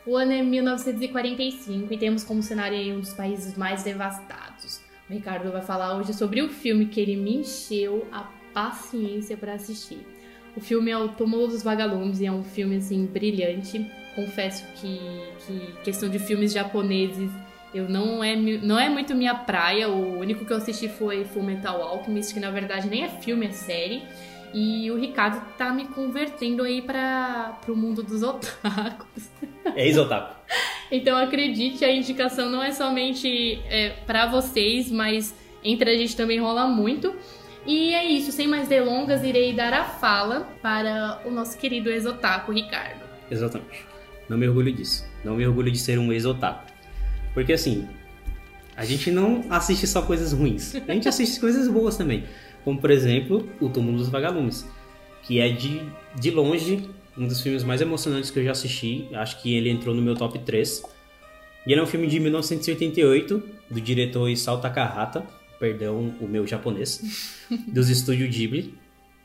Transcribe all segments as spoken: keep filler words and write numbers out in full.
O ano é mil novecentos e quarenta e cinco e temos como cenário aí um dos países mais devastados. O Ricardo vai falar hoje sobre o filme que ele me encheu a paciência para assistir. O filme é O Túmulo dos Vagalumes e é um filme, assim, brilhante. Confesso que, que questão de filmes japoneses eu não é, não é muito minha praia. O único que eu assisti foi Fullmetal Alchemist, que na verdade nem é filme, é série. E o Ricardo tá me convertendo aí para o mundo dos otakus. É ex-otaku. Então acredite, a indicação não é somente é, para vocês, mas entre a gente também rola muito. E é isso, sem mais delongas, irei dar a fala para o nosso querido ex-otaku, Ricardo. Exatamente. Não me orgulho disso. Não me orgulho de ser um ex-otaku. Porque assim, a gente não assiste só coisas ruins. A gente assiste coisas boas também. Como, por exemplo, O Túmulo dos Vagalumes. Que é, de, de longe, um dos filmes mais emocionantes que eu já assisti. Acho que ele entrou no meu top três. E ele é um filme de mil novecentos e oitenta e oito, do diretor Isao Takahata. Perdão, o meu japonês, dos estúdios Ghibli.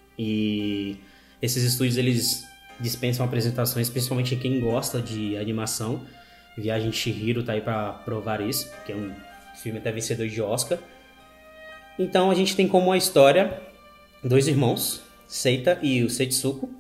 E esses estúdios, eles dispensam apresentações, principalmente quem gosta de animação. Viagem de Chihiro tá aí pra provar isso, que é um filme até vencedor de Oscar. Então a gente tem como a história dois irmãos, Seita e o Setsuko.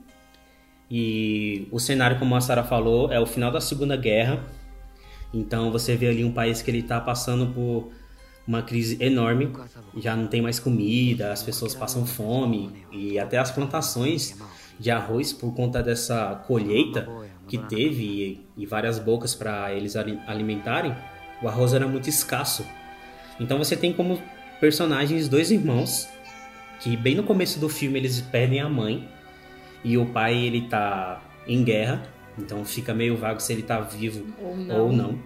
E o cenário, como a Sarah falou, é o final da Segunda Guerra. Então você vê ali um país que ele tá passando por uma crise enorme, já não tem mais comida, as pessoas passam fome e até as plantações de arroz, por conta dessa colheita que teve e, e várias bocas para eles alimentarem, o arroz era muito escasso. Então você tem como personagens dois irmãos que bem no começo do filme eles perdem a mãe e o pai ele tá em guerra, então fica meio vago se ele tá vivo ou não. Ou não.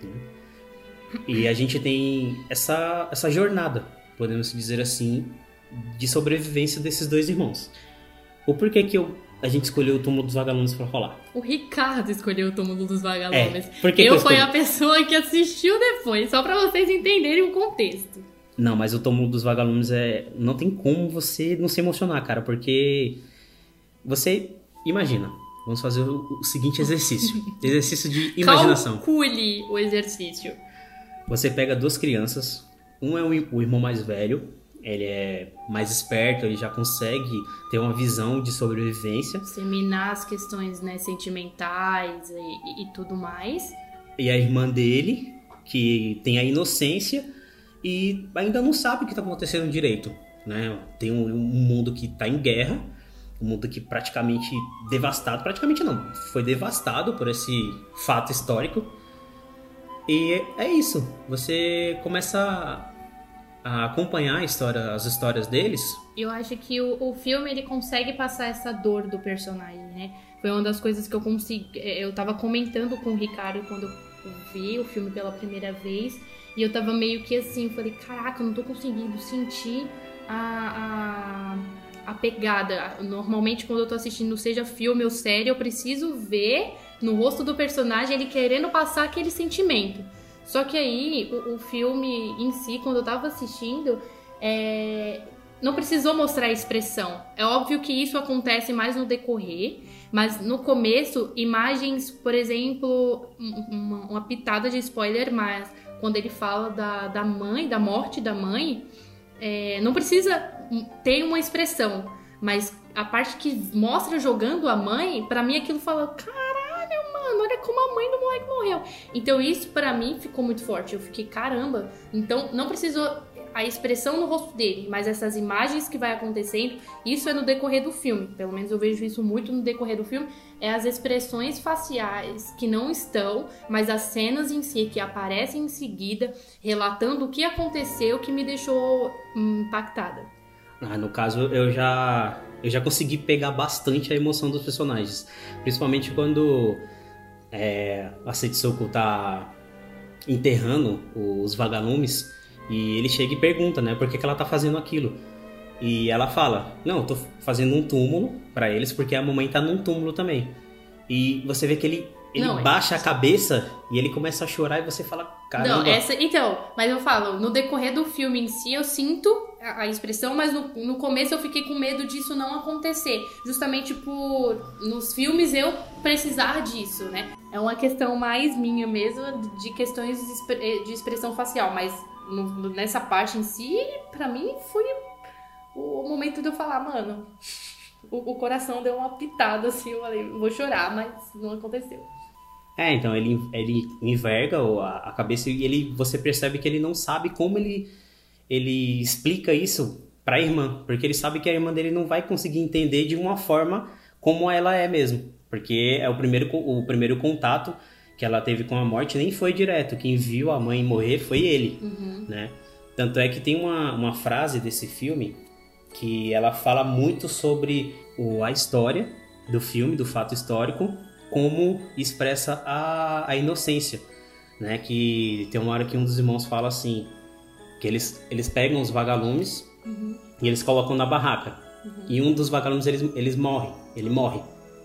E a gente tem essa, essa jornada, podemos dizer assim, de sobrevivência desses dois irmãos. O porquê que eu, a gente escolheu o Túmulo dos Vagalumes pra falar? O Ricardo escolheu o Túmulo dos Vagalumes. É, por que eu que eu fui escolhi? a pessoa que assistiu depois, só pra vocês entenderem o contexto. Não, mas o Túmulo dos Vagalumes é... não tem como você não se emocionar, cara, porque você imagina... Vamos fazer o, o seguinte exercício. Exercício de imaginação. Calcule o exercício. Você pega duas crianças, um é o, o irmão mais velho, ele é mais esperto, ele já consegue ter uma visão de sobrevivência. Disseminar as questões, né, sentimentais e, e, e tudo mais. E a irmã dele, que tem a inocência e ainda não sabe o que está acontecendo direito, né? Tem um, um mundo que está em guerra, um mundo que praticamente devastado, praticamente não, foi devastado por esse fato histórico. E é isso, você começa a acompanhar a história, as histórias deles. Eu acho que o, o filme ele consegue passar essa dor do personagem, né? Foi uma das coisas que eu consegui. Eu tava comentando com o Ricardo quando eu vi o filme pela primeira vez. E eu tava meio que assim, falei, caraca, eu não tô conseguindo sentir a, a, a pegada. Normalmente quando eu tô assistindo, seja filme ou série, eu preciso ver no rosto do personagem ele querendo passar aquele sentimento. Só que aí, o, o filme em si, quando eu tava assistindo, é, não precisou mostrar a expressão. É óbvio que isso acontece mais no decorrer, mas no começo, imagens, por exemplo, uma, uma pitada de spoiler, mas quando ele fala da, da mãe, da morte da mãe, é, não precisa ter uma expressão, mas a parte que mostra jogando a mãe, pra mim aquilo fala, caralho, mano, olha como a mãe do moleque morreu. Então isso pra mim ficou muito forte, eu fiquei, caramba, então não precisou a expressão no rosto dele, mas essas imagens que vai acontecendo, isso é no decorrer do filme, pelo menos eu vejo isso muito no decorrer do filme, é as expressões faciais que não estão, mas as cenas em si que aparecem em seguida, relatando o que aconteceu, que me deixou hum, impactada. Ah, no caso, eu já, eu já consegui pegar bastante a emoção dos personagens, principalmente quando é, a Setsuko tá enterrando os vagalumes. E ele chega e pergunta, né, por que, que ela tá fazendo aquilo. E ela fala, não, eu tô fazendo um túmulo pra eles porque a mamãe tá num túmulo também. E você vê que ele, ele não, baixa é... a cabeça e ele começa a chorar e você fala, caramba. Não, essa, então, mas eu falo, no decorrer do filme em si, eu sinto a, a expressão, mas no, no começo eu fiquei com medo disso não acontecer. Justamente por, nos filmes, eu precisar disso, né? É uma questão mais minha mesmo, de questões de, de expressão facial, mas no, no, nessa parte em si, pra mim, foi o momento de eu falar, mano, o, o coração deu uma pitada, assim, eu falei, vou chorar, mas não aconteceu. É, então, ele, ele enverga a, a cabeça e ele, você percebe que ele não sabe como ele, ele explica isso pra irmã, porque ele sabe que a irmã dele não vai conseguir entender de uma forma como ela é mesmo, porque é o primeiro, o primeiro contato que ela teve com a morte, nem foi direto, quem viu a mãe morrer foi ele, uhum. né? Tanto é que tem uma, uma frase desse filme que ela fala muito sobre o, a história do filme, do fato histórico, como expressa a, a inocência, né? Que tem uma hora que um dos irmãos fala assim, que eles, eles pegam os vagalumes uhum. e eles colocam na barraca. Uhum. E um dos vagalumes, eles, eles morrem, ele morre.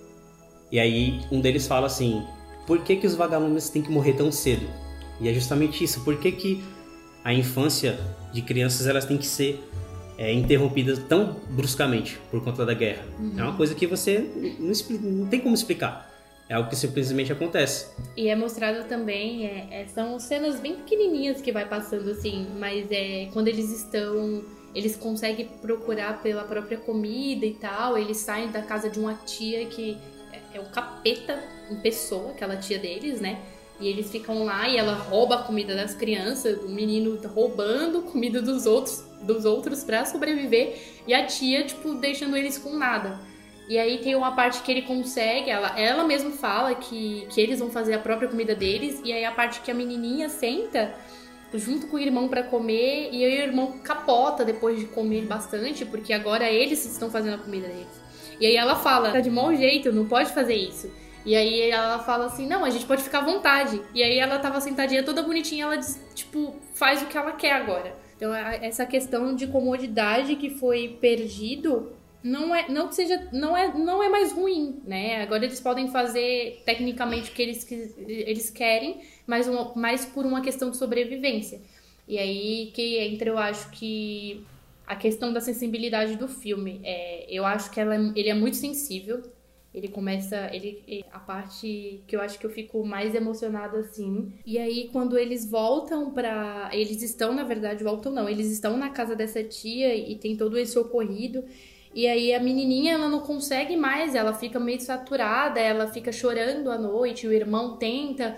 E aí um deles fala assim, por que que os vagalumes têm que morrer tão cedo? E é justamente isso, por que que a infância de crianças, elas têm que ser é, interrompidas tão bruscamente por conta da guerra? Uhum. É uma coisa que você não, não tem como explicar. É algo que simplesmente acontece. E é mostrado também, é, é, são cenas bem pequenininhas que vai passando assim, mas é quando eles estão, eles conseguem procurar pela própria comida e tal, eles saem da casa de uma tia que é, é o capeta em pessoa, aquela tia deles, né? E eles ficam lá e ela rouba a comida das crianças, o menino roubando comida dos outros, dos outros pra sobreviver, e a tia, tipo, deixando eles com nada. E aí tem uma parte que ele consegue, ela, ela mesma fala que, que eles vão fazer a própria comida deles, e aí a parte que a menininha senta junto com o irmão pra comer, e aí o irmão capota depois de comer bastante, porque agora eles estão fazendo a comida deles. E aí ela fala, tá de mau jeito, não pode fazer isso. E aí ela fala assim, não, a gente pode ficar à vontade. E aí ela tava sentadinha toda bonitinha, ela diz, tipo, faz o que ela quer agora. Então essa questão de comodidade que foi perdido não é, não que seja, não é, não é mais ruim, né? Agora eles podem fazer tecnicamente o que eles, eles querem, mas uma, mais por uma questão de sobrevivência. E aí que entra, eu acho que a questão da sensibilidade do filme. É, eu acho que ela, ele é muito sensível. Ele começa, ele, a parte que eu acho que eu fico mais emocionada assim. E aí quando eles voltam pra, eles estão, na verdade, voltam não, eles estão na casa dessa tia e tem todo esse ocorrido. E aí a menininha, ela não consegue mais, ela fica meio saturada, ela fica chorando à noite, o irmão tenta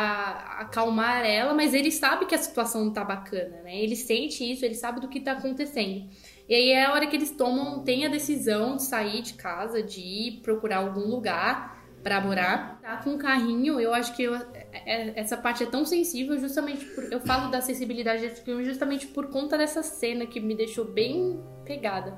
a, acalmar ela, mas ele sabe que a situação não tá bacana, né? Ele sente isso, ele sabe do que tá acontecendo. E aí é a hora que eles tomam, tem a decisão de sair de casa, de ir procurar algum lugar pra morar. Tá com um carrinho, eu acho que eu, é, essa parte é tão sensível justamente por... Eu falo da sensibilidade desse filme justamente por conta dessa cena que me deixou bem pegada.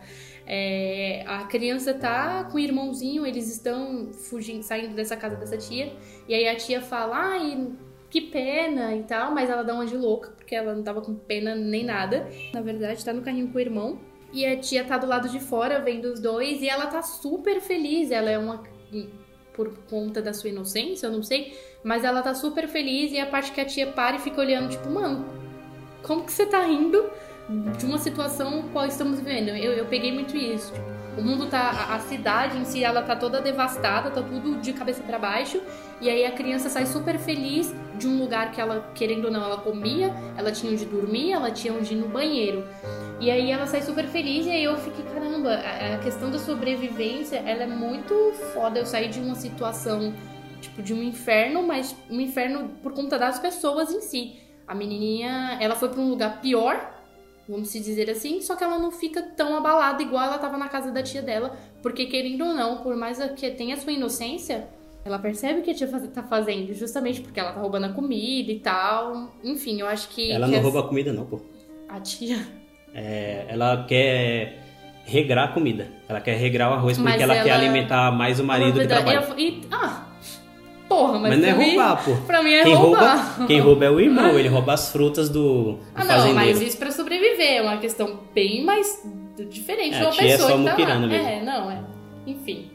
É, a criança tá com o irmãozinho, eles estão fugindo, saindo dessa casa dessa tia. E aí a tia fala, ai, que pena e tal, mas ela dá uma de louca, porque ela não tava com pena nem nada. Na verdade, tá no carrinho com o irmão. E a tia tá do lado de fora, vendo os dois, e ela tá super feliz. Ela é uma... por conta da sua inocência, eu não sei, mas ela tá super feliz, e a parte que a tia para e fica olhando, tipo, mano, como que você tá rindo de uma situação qual estamos vivendo? Eu, eu peguei muito isso, tipo, o mundo tá, a, a cidade em si, ela tá toda devastada, tá tudo de cabeça pra baixo, e aí a criança sai super feliz de um lugar que ela, querendo ou não, ela comia, ela tinha onde dormir, ela tinha onde ir no banheiro. E aí ela sai super feliz, e aí eu fiquei, caramba, a, a questão da sobrevivência, ela é muito foda. Eu saí de uma situação, tipo, de um inferno, mas um inferno por conta das pessoas em si. A menininha, ela foi pra um lugar pior, vamos se dizer assim, só que ela não fica tão abalada igual ela tava na casa da tia dela, porque querendo ou não, por mais que tenha a sua inocência, ela percebe o que a tia tá fazendo, justamente porque ela tá roubando a comida e tal. Enfim, eu acho que... Ela que não as... rouba a comida não, pô. A tia... É, ela quer regrar a comida. Ela quer regrar o arroz porque ela, ela quer alimentar mais o marido do trabalho. Eu, e, ah, porra, mas, mas não é mim, roubar, pô. Pra mim é quem roubar. Rouba, quem rouba é o irmão, ele rouba as frutas do, do ah, não, fazendeiro. mas isso pra sobreviver é uma questão bem mais diferente é, de uma a tia pessoa é só que tá muquirana lá. mesmo. É, não, é. Enfim.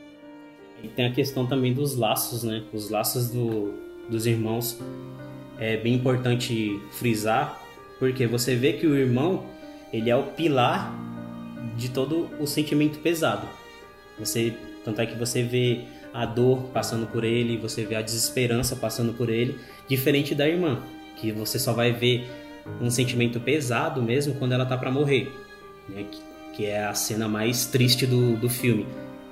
E tem a questão também dos laços, né? Os laços do, dos irmãos. É bem importante frisar, porque você vê que o irmão, ele é o pilar de todo o sentimento pesado. Você, tanto é que você vê a dor passando por ele, você vê a desesperança passando por ele, diferente da irmã, que você só vai ver um sentimento pesado mesmo quando ela tá para morrer, né? que, que é a cena mais triste do, do filme.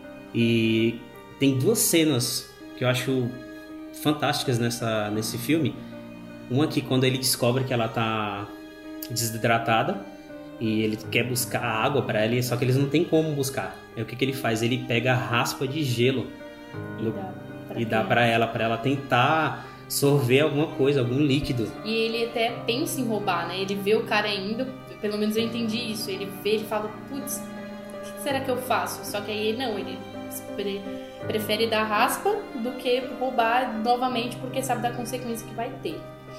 E tem duas cenas que eu acho fantásticas nessa, nesse filme. Uma que quando ele descobre que ela tá desidratada e ele quer buscar água para ela, só que eles não tem como buscar. Aí o que, que ele faz? Ele pega a raspa de gelo E dá pra, e dá para ela, para ela tentar sorver alguma coisa, algum líquido. E ele até pensa em roubar, né? Ele vê o cara indo, pelo menos eu entendi isso. Ele vê, ele fala, putz, o que será que eu faço? Só que aí não, ele pre- prefere dar raspa do que roubar novamente, porque sabe da consequência que vai ter.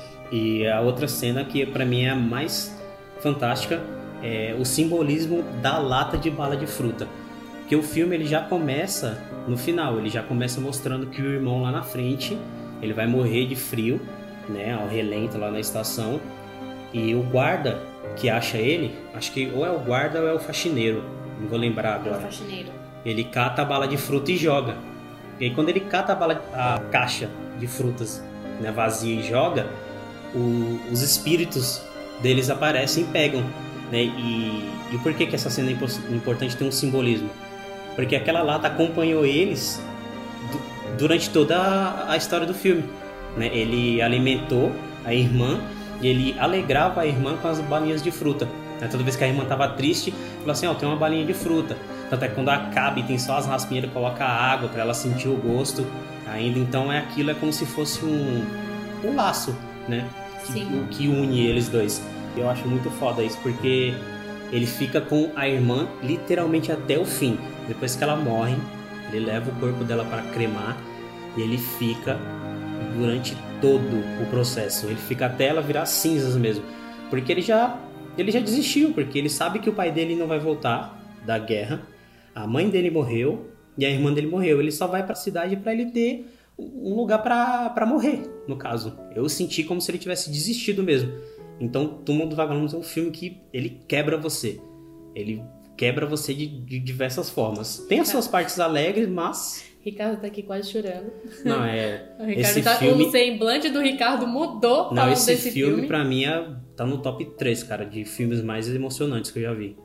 E a outra cena que pra mim é a mais fantástica é o simbolismo da lata de bala de fruta. Porque o filme ele já começa no final, ele já começa mostrando que o irmão lá na frente, ele vai morrer de frio, né, ao relento lá na estação. E o guarda que acha ele, acho que ou é o guarda ou é o faxineiro, não vou lembrar agora. É o faxineiro. Ele cata a bala de fruta e joga. E aí quando ele cata a, bala, a caixa de frutas, né, vazia e joga, o, os espíritos deles aparecem e pegam, né? E, e por que, que essa cena é importante ter um simbolismo? Porque aquela lata acompanhou eles du- durante toda a, a história do filme, né? Ele alimentou a irmã e ele alegrava a irmã com as balinhas de fruta, né? Toda vez que a irmã estava triste, falou assim, ó, oh, tem uma balinha de fruta. Tanto é que quando acaba e tem só as raspinhas, ele coloca água para ela sentir o gosto ainda. Então é aquilo, é como se fosse um, um laço, né? Que, o que une eles dois. Eu acho muito foda isso, porque ele fica com a irmã literalmente até o fim. Depois que ela morre, ele leva o corpo dela para cremar e ele fica durante todo o processo. Ele fica até ela virar cinzas mesmo. Porque ele já, ele já desistiu, porque ele sabe que o pai dele não vai voltar da guerra. A mãe dele morreu e a irmã dele morreu. Ele só vai para a cidade para ele ter um lugar para morrer, no caso. Eu senti como se ele tivesse desistido mesmo. Então, Túmulo dos Vagalumes é um filme que ele quebra você. Ele quebra você de, de diversas formas. Tem as suas partes alegres, mas... Ricardo tá aqui quase chorando. Não, é... O, Ricardo esse tá, filme... o semblante do Ricardo mudou. Não, esse desse filme, filme, pra mim, é, tá no top três, cara, de filmes mais emocionantes que eu já vi.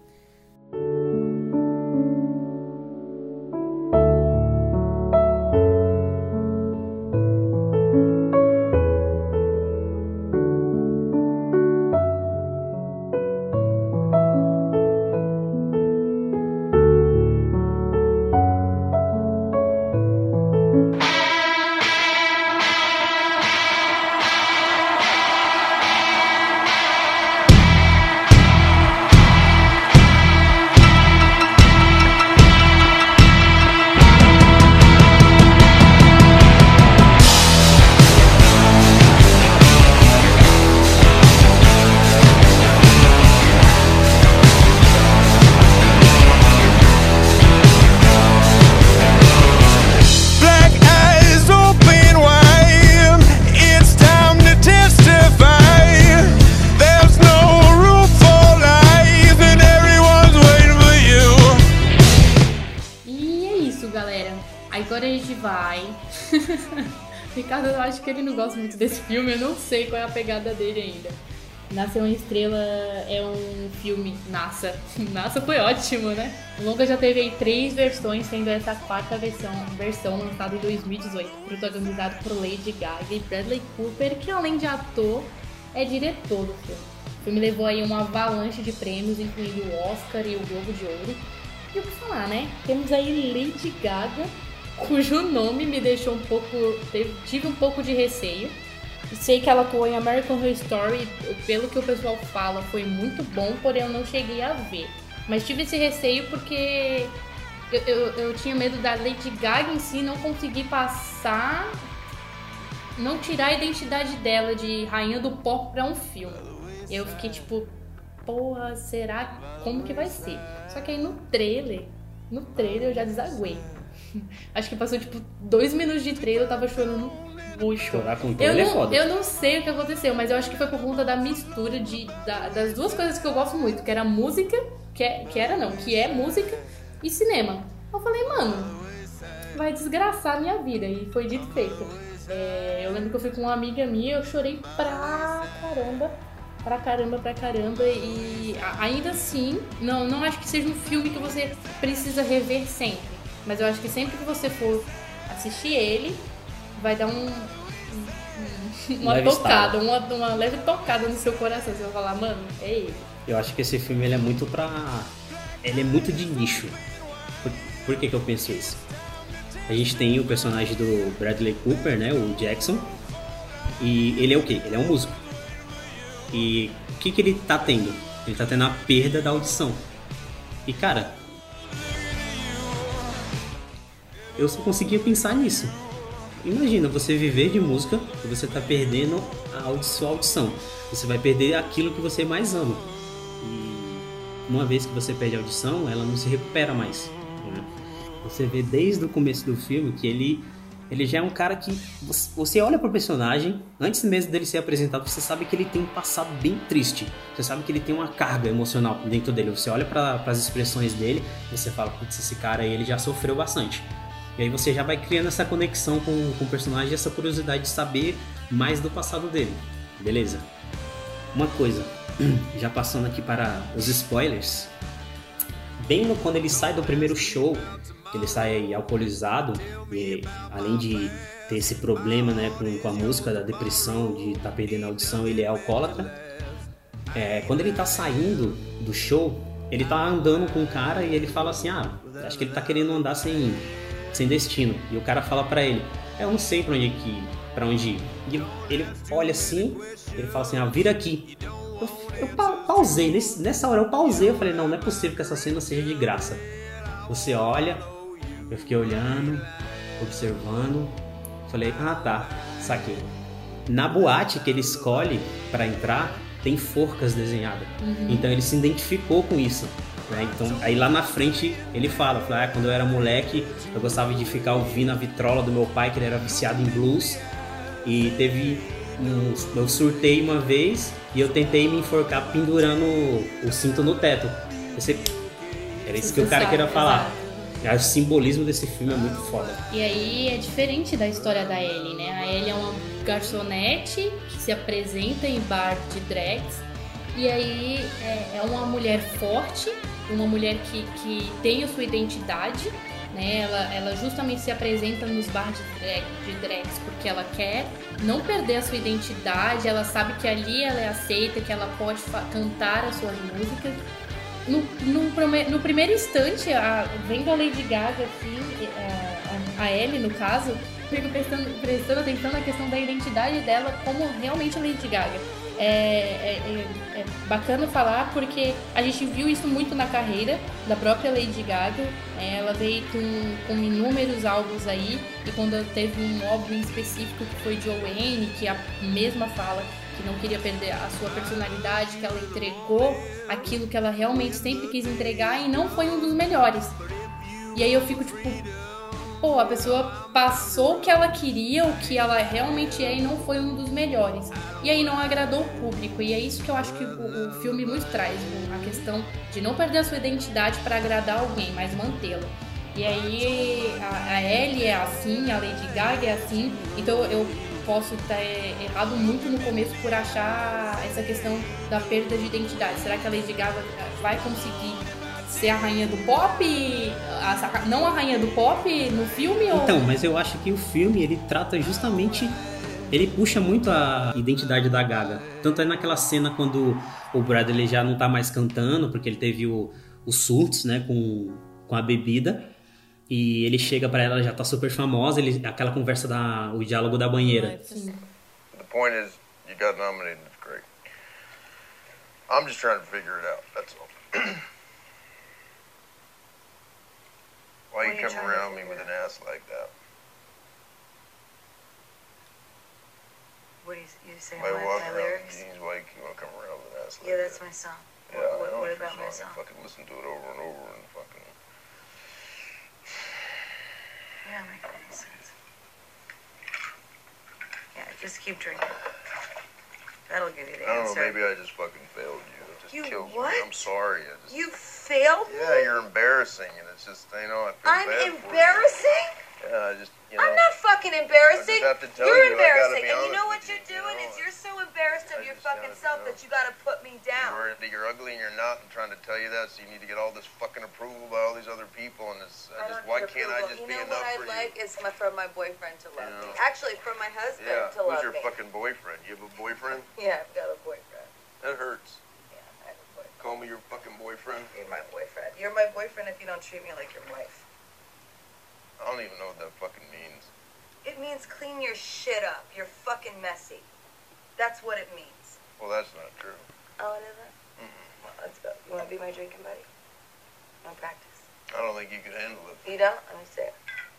Agora a gente vai. Ricardo, eu acho que ele não gosta muito desse filme, eu não sei qual é a pegada dele ainda. Nasceu uma Estrela é um filme NASA. NASA foi ótimo, né? O longa já teve aí três versões, sendo essa a quarta versão, versão lançada em dois mil e dezoito, protagonizado por Lady Gaga e Bradley Cooper, que além de ator, é diretor do filme. O filme levou aí uma avalanche de prêmios, incluindo o Oscar e o Globo de Ouro. E o que falar, né? Temos aí Lady Gaga, cujo nome me deixou um pouco... Tive um pouco de receio. Sei que ela atuou em American Horror Story, pelo que o pessoal fala, foi muito bom, porém eu não cheguei a ver. Mas tive esse receio porque eu, eu, eu tinha medo da Lady Gaga em si não conseguir passar, não tirar a identidade dela de rainha do pop pra um filme. Eu fiquei tipo, porra, será? Como que vai ser? Só que aí no trailer, no trailer eu já desaguei. Acho que passou tipo dois minutos de trailer, eu tava chorando bucho. Chorar com Eu ele é não, foda. eu não sei o que aconteceu, mas eu acho que foi por conta da mistura de, da- das duas coisas que eu gosto muito, que era música, que, é- que era não, que é música e cinema. Eu falei, mano, vai desgraçar a minha vida. E foi dito e feito. É, eu lembro que eu fui com uma amiga minha, eu chorei pra caramba. Pra caramba, pra caramba. E a- ainda assim, não, não acho que seja um filme que você precisa rever sempre. Mas eu acho que sempre que você for assistir ele, vai dar um, um- uma Leve tocada, uma, uma leve tocada no seu coração. Você vai falar, mano, é ele. Eu acho que esse filme ele é muito pra... Ele é muito de nicho. Por, por que que eu penso isso? A gente tem o personagem do Bradley Cooper, né? O Jackson. E ele é o quê? Ele é um músico. E o que que ele tá tendo? Ele tá tendo a perda da audição. E cara... Eu só conseguia pensar nisso. Imagina, você viver de música e você tá perdendo a audi- sua audição. Você vai perder aquilo que você mais ama. E uma vez que você perde a audição, ela não se recupera mais. Né? Você vê desde o começo do filme que ele, ele já é um cara que... Você, você olha pro personagem, antes mesmo dele ser apresentado, você sabe que ele tem um passado bem triste. Você sabe que ele tem uma carga emocional dentro dele. Você olha para as expressões dele e você fala, putz, esse cara aí ele já sofreu bastante. E aí você já vai criando essa conexão com, com o personagem, essa curiosidade de saber mais do passado dele. Beleza? Uma coisa, já passando aqui para os spoilers. Bem no, quando ele sai do primeiro show, ele sai alcoolizado, e além de ter esse problema, né, com, com a música, da depressão, de estar tá perdendo a audição, ele é alcoólatra. É, quando ele tá saindo do show, ele tá andando com o cara e ele fala assim, ah, acho que ele tá querendo andar sem... sem destino. E o cara fala pra ele, eu não sei pra onde é que, pra onde ir. E ele, ele olha assim, ele fala assim, ah, vira aqui. Eu, eu pa- pausei, nesse, nessa hora eu pausei, eu falei, não, não é possível que essa cena seja de graça. Você olha, eu fiquei olhando, observando, falei, ah tá, saquei. Na boate que ele escolhe pra entrar, tem forcas desenhadas. Uhum. Então ele se identificou com isso. Né? Então, aí lá na frente ele fala, fala ah, quando eu era moleque eu gostava de ficar ouvindo a vitrola do meu pai, que ele era viciado em blues, e teve um, eu surtei uma vez e eu tentei me enforcar pendurando o, o cinto no teto. Você, era isso que o cara queria falar. O simbolismo desse filme é muito foda. E aí é diferente da história da Ellie, né? A Ellie é uma garçonete que se apresenta em bar de drags. E aí é, é uma mulher forte, uma mulher que, que tem a sua identidade, né? Ela, ela justamente se apresenta nos bars de, drag, de drags porque ela quer não perder a sua identidade, ela sabe que ali ela é aceita, que ela pode cantar as suas músicas. No, no, no primeiro instante, a, vendo a Lady Gaga, assim, a, a Ellie no caso, fico prestando, prestando atenção na questão da identidade dela como realmente a Lady Gaga. É, é, é, é bacana falar porque a gente viu isso muito na carreira da própria Lady Gaga. É, ela veio com, com inúmeros álbuns aí, e quando teve um álbum em específico que foi Joanne, que a mesma fala que não queria perder a sua personalidade, que ela entregou aquilo que ela realmente sempre quis entregar e não foi um dos melhores. E aí eu fico tipo, pô, a pessoa passou o que ela queria, o que ela realmente é, e não foi um dos melhores. E aí não agradou o público. E é isso que eu acho que o, o filme muito traz, a questão de não perder a sua identidade para agradar alguém, mas mantê-la. E aí a, a Ellie é assim, a Lady Gaga é assim, então eu posso ter errado muito no começo por achar essa questão da perda de identidade. Será que a Lady Gaga vai conseguir ser a rainha do pop? A, não a rainha do pop no filme? Então, ou... mas eu acho que o filme, ele trata justamente... Ele puxa muito a identidade da Gaga. Tanto é naquela cena quando o Bradley já não tá mais cantando, porque ele teve o, o surtos, né, com, com a bebida. E ele chega pra ela, já tá super famosa, ele, aquela conversa, da, o diálogo da banheira. Sim. The point is, you got nominated, it's great. I'm just trying to figure it out, that's all. Why you come around me with an ass like that? What do you, you say? Why My, walk my around lyrics? with jeans, why you wanna come around with an ass like Yeah, that? that's my song. Yeah, what I what, know what it's your about my song. song? I fucking listen to it over and over and fucking... You're not making any sense. Just keep drinking. That'll give you the I don't know, answer. maybe I just fucking failed you. It just You kills what? me. I'm sorry. I just, You failed me? yeah, you're embarrassing, and it's just, you know, I feel I'm bad embarrassing? for you. Yeah, I just, you know. I'm not fucking embarrassing. I just have to tell You're you, I gotta embarrassing. be And you know honest what with you're you, doing you know, is you're so embarrassed of I your just fucking gotta self know. that you gotta put me down. You're, you're ugly and you're not, and trying to tell you that, so you need to get all this fucking approval by all these other people, and it's, I I just, don't why need can't I approval. just you be know enough what for I like you? is my, for my boyfriend to love You me. know? Actually, for my husband Yeah, to who's love your me. fucking boyfriend? You have a boyfriend? Yeah, I've got a boyfriend. That hurts. Yeah, I have a boyfriend. Call me your fucking boyfriend. You're my boyfriend. You're my boyfriend if you don't treat me like your wife. I don't even know what that fucking means. It means clean your shit up. You're fucking messy. That's what it means. Well, that's not true. Oh, it isn't? Mm-mm. Well, let's go. You want to be my drinking buddy? No practice. I don't think you could handle it. You don't? Let me see it.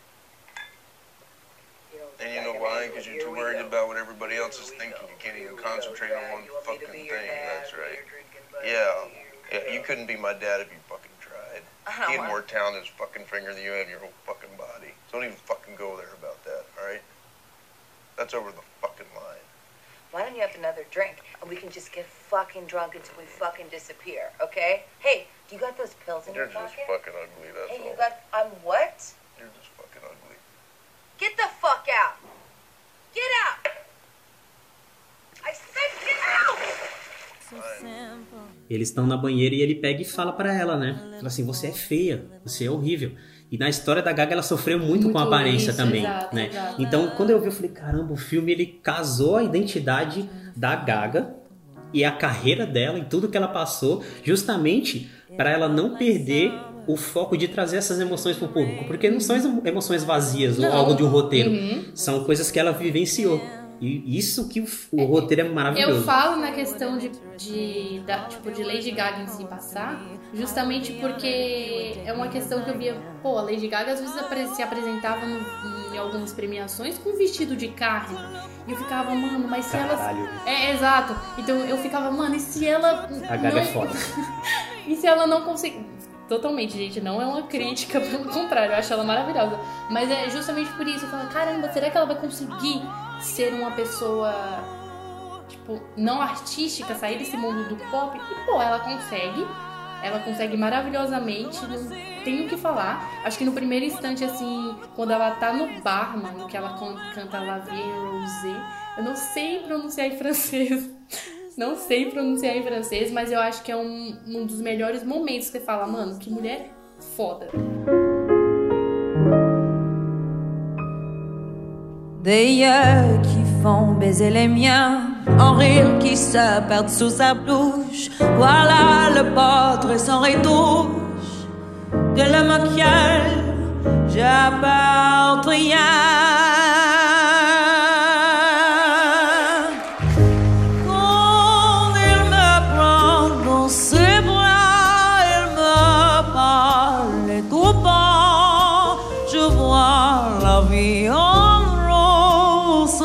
You don't And think you I know can why? handle Because it. you're too Here we worried go. about what everybody else Here is we thinking. go. You can't Here even we go. concentrate on Dad, one you want me to fucking be thing. your dad, That's be right. your drinking buddy? Yeah. Here we Yeah, you go. couldn't be my dad if you fucking tried. I He don't had more want- talent in his fucking finger than you had in your whole fucking body. So don't even fucking go there about that, alright? That's over the fucking line. Why don't you have another drink and we can just get fucking drunk until we fucking disappear, okay? Hey, do you got those pills in You're your just pocket? fucking ugly, that's Hey, you all. got, I'm what? You're just fucking ugly. Get the fuck out! Get out! I said get out! Eles estão na banheira e ele pega e fala pra ela, né? Fala assim, você é feia, você é horrível. E na história da Gaga ela sofreu muito, Muito com a aparência isso, também, exato, né? exato. Então quando eu vi, eu falei, caramba, o filme ele casou a identidade da Gaga e a carreira dela e tudo que ela passou, justamente para ela não perder o foco de trazer essas emoções pro público, porque não são emoções vazias ou Não. algo de um roteiro, Uhum. são coisas que ela vivenciou. E isso que o, o roteiro é maravilhoso. Eu falo na questão de, de, da, tipo, de Lady Gaga em si passar, justamente porque é uma questão que eu via, pô, a Lady Gaga às vezes apre- se apresentava no, em algumas premiações com vestido de carne. E eu ficava, mano, mas se Caralho. ela. É, exato. Então eu ficava, mano, e se ela. A Gaga não... é foda. E se ela não conseguir. Totalmente, gente, não é uma crítica, pelo contrário, eu acho ela maravilhosa. Mas é justamente por isso, eu falo, caramba, será que ela vai conseguir ser uma pessoa, tipo, não artística, sair desse mundo do pop? E, pô, ela consegue, ela consegue maravilhosamente, não tenho o que falar. Acho que no primeiro instante, assim, quando ela tá no bar, mano, que ela con- canta La Vie en Rose, eu não sei pronunciar em francês. Não sei pronunciar em francês, mas eu acho que é um, um dos melhores momentos que você fala, mano, que mulher foda. Des yeux qui font baiser les miens, en rire qui se perdent sous sa bouche. Voilà le portrait sans retouche de l'homme auquel j'apporte rien. Quand il me prend dans ses bras, il me parle et tout bas, je vois la vie en rose.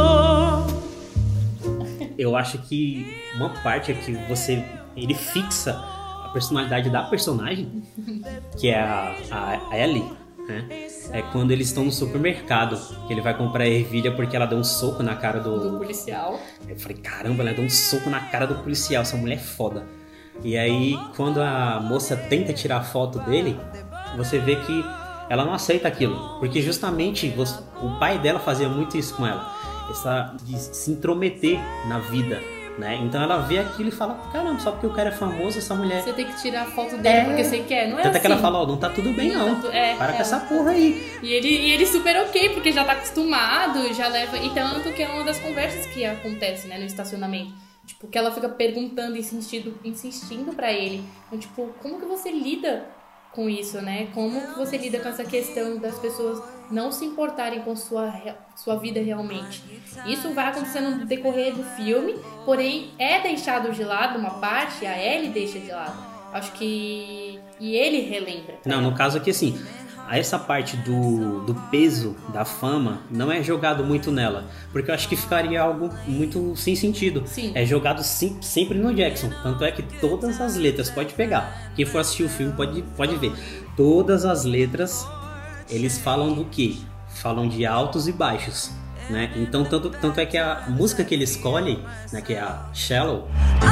Eu acho que uma parte é que você ele fixa a personalidade da personagem, que é a, a Ellie, né? É quando eles estão no supermercado, que ele vai comprar ervilha porque ela deu um soco na cara Do do... policial. Eu falei, caramba, ela deu um soco na cara do policial, essa mulher é foda. E aí, quando a moça tenta tirar a foto dele, você vê que ela não aceita aquilo, porque justamente você, o pai dela fazia muito isso com ela, essa de se intrometer na vida, né? Então ela vê aquilo e fala, caramba, só porque o cara é famoso, essa mulher... Você tem que tirar a foto dele É. porque você quer, não é Tanto assim. é que ela fala, ó, não tá tudo bem não, Não tá tu- é, para com ela- essa porra aí. E ele, e ele super ok, porque já tá acostumado, já leva... E tanto que é uma das conversas que acontece, né, no estacionamento. Tipo, que ela fica perguntando, insistindo, insistindo pra ele. Então, tipo, como que você lida com isso, né? Como que você lida com essa questão das pessoas não se importarem com sua, re- sua vida realmente? Isso vai acontecendo no decorrer do filme, porém é deixado de lado uma parte, a Ellie deixa de lado. Acho que... E ele relembra. Não, no caso aqui, assim, essa parte do, do peso da fama não é jogado muito nela, porque eu acho que ficaria algo muito sem sentido. Sim. É jogado sim, sempre no Jackson, tanto é que todas as letras, pode pegar, quem for assistir o filme pode, pode ver, todas as letras, eles falam do quê? Falam de altos e baixos. né? Então, tanto, tanto é que a música que ele escolhe, né, que é a Shallow,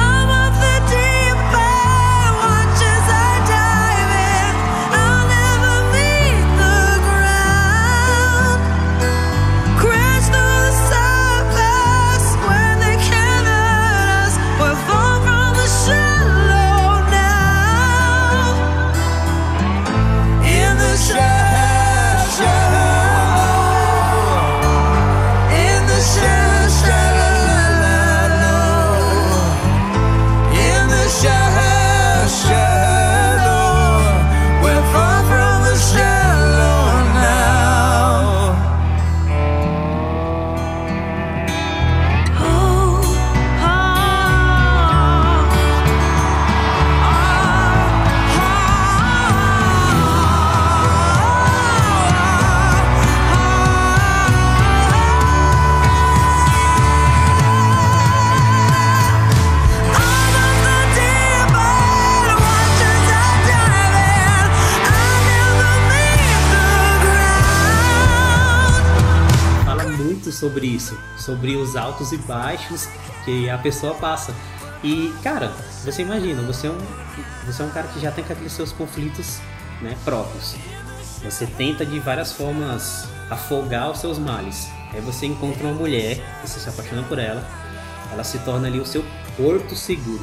sobre isso, sobre os altos e baixos que a pessoa passa. E, cara, você imagina, você é um, você é um cara que já tem aqueles seus conflitos, né, próprios. Você tenta de várias formas afogar os seus males. Aí você encontra uma mulher, você se apaixona por ela, ela se torna ali o seu porto seguro.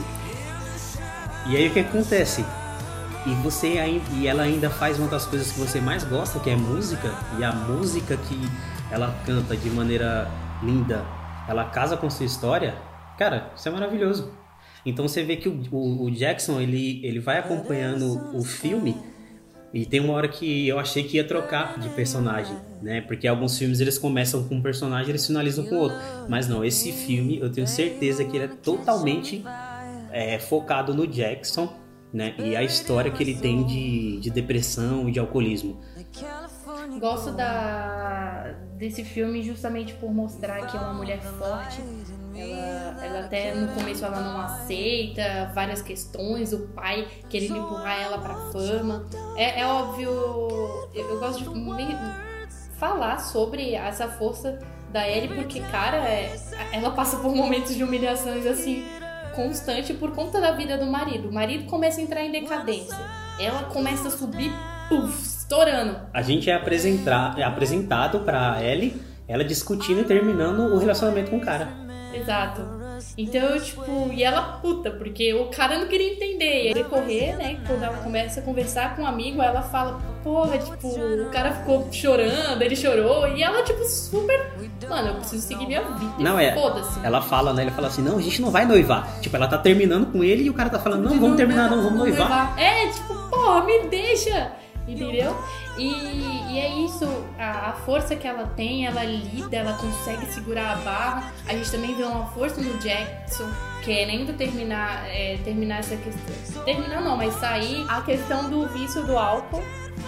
E aí o que acontece? E, você, e ela ainda faz uma das coisas que você mais gosta, que é música, e a música que ela canta de maneira linda, ela casa com sua história, cara, isso é maravilhoso. Então você vê que o, o, o Jackson, ele, ele vai acompanhando o filme, e tem uma hora que eu achei que ia trocar de personagem, né? Porque alguns filmes eles começam com um personagem e eles finalizam com outro. Mas não, esse filme eu tenho certeza que ele é totalmente é, focado no Jackson, né? E a história que ele tem de, de depressão e de alcoolismo. Gosto da, desse filme justamente por mostrar que é uma mulher forte. Ela, ela até no começo ela não aceita várias questões, o pai querendo empurrar ela pra fama. É, é óbvio, eu, eu gosto de me, falar sobre essa força da Ellie, porque, cara, é, ela passa por momentos de humilhações assim constante por conta da vida do marido. O marido começa a entrar em decadência, ela começa a subir, puf, estourando. A gente é, apresentar, é apresentado pra Ellie, ela discutindo e terminando o relacionamento com o cara. Exato. Então, tipo, e ela puta, porque o cara não queria entender. E aí, decorrer, né, quando ela começa a conversar com um amigo, ela fala, porra, tipo, o cara ficou chorando, ele chorou, e ela, tipo, super, mano, eu preciso seguir minha vida. Não, é, foda-se. Ela fala, né, ele fala assim, não, a gente não vai noivar. Tipo, ela tá terminando com ele e o cara tá falando, não, vamos terminar, não, vamos noivar. É, tipo, porra, me deixa. Entendeu? E, e é isso, a, a força que ela tem, ela lida, ela consegue segurar a barra. A gente também vê uma força no Jackson querendo terminar, é, terminar essa questão. Terminar não, mas sair. A questão do vício do álcool.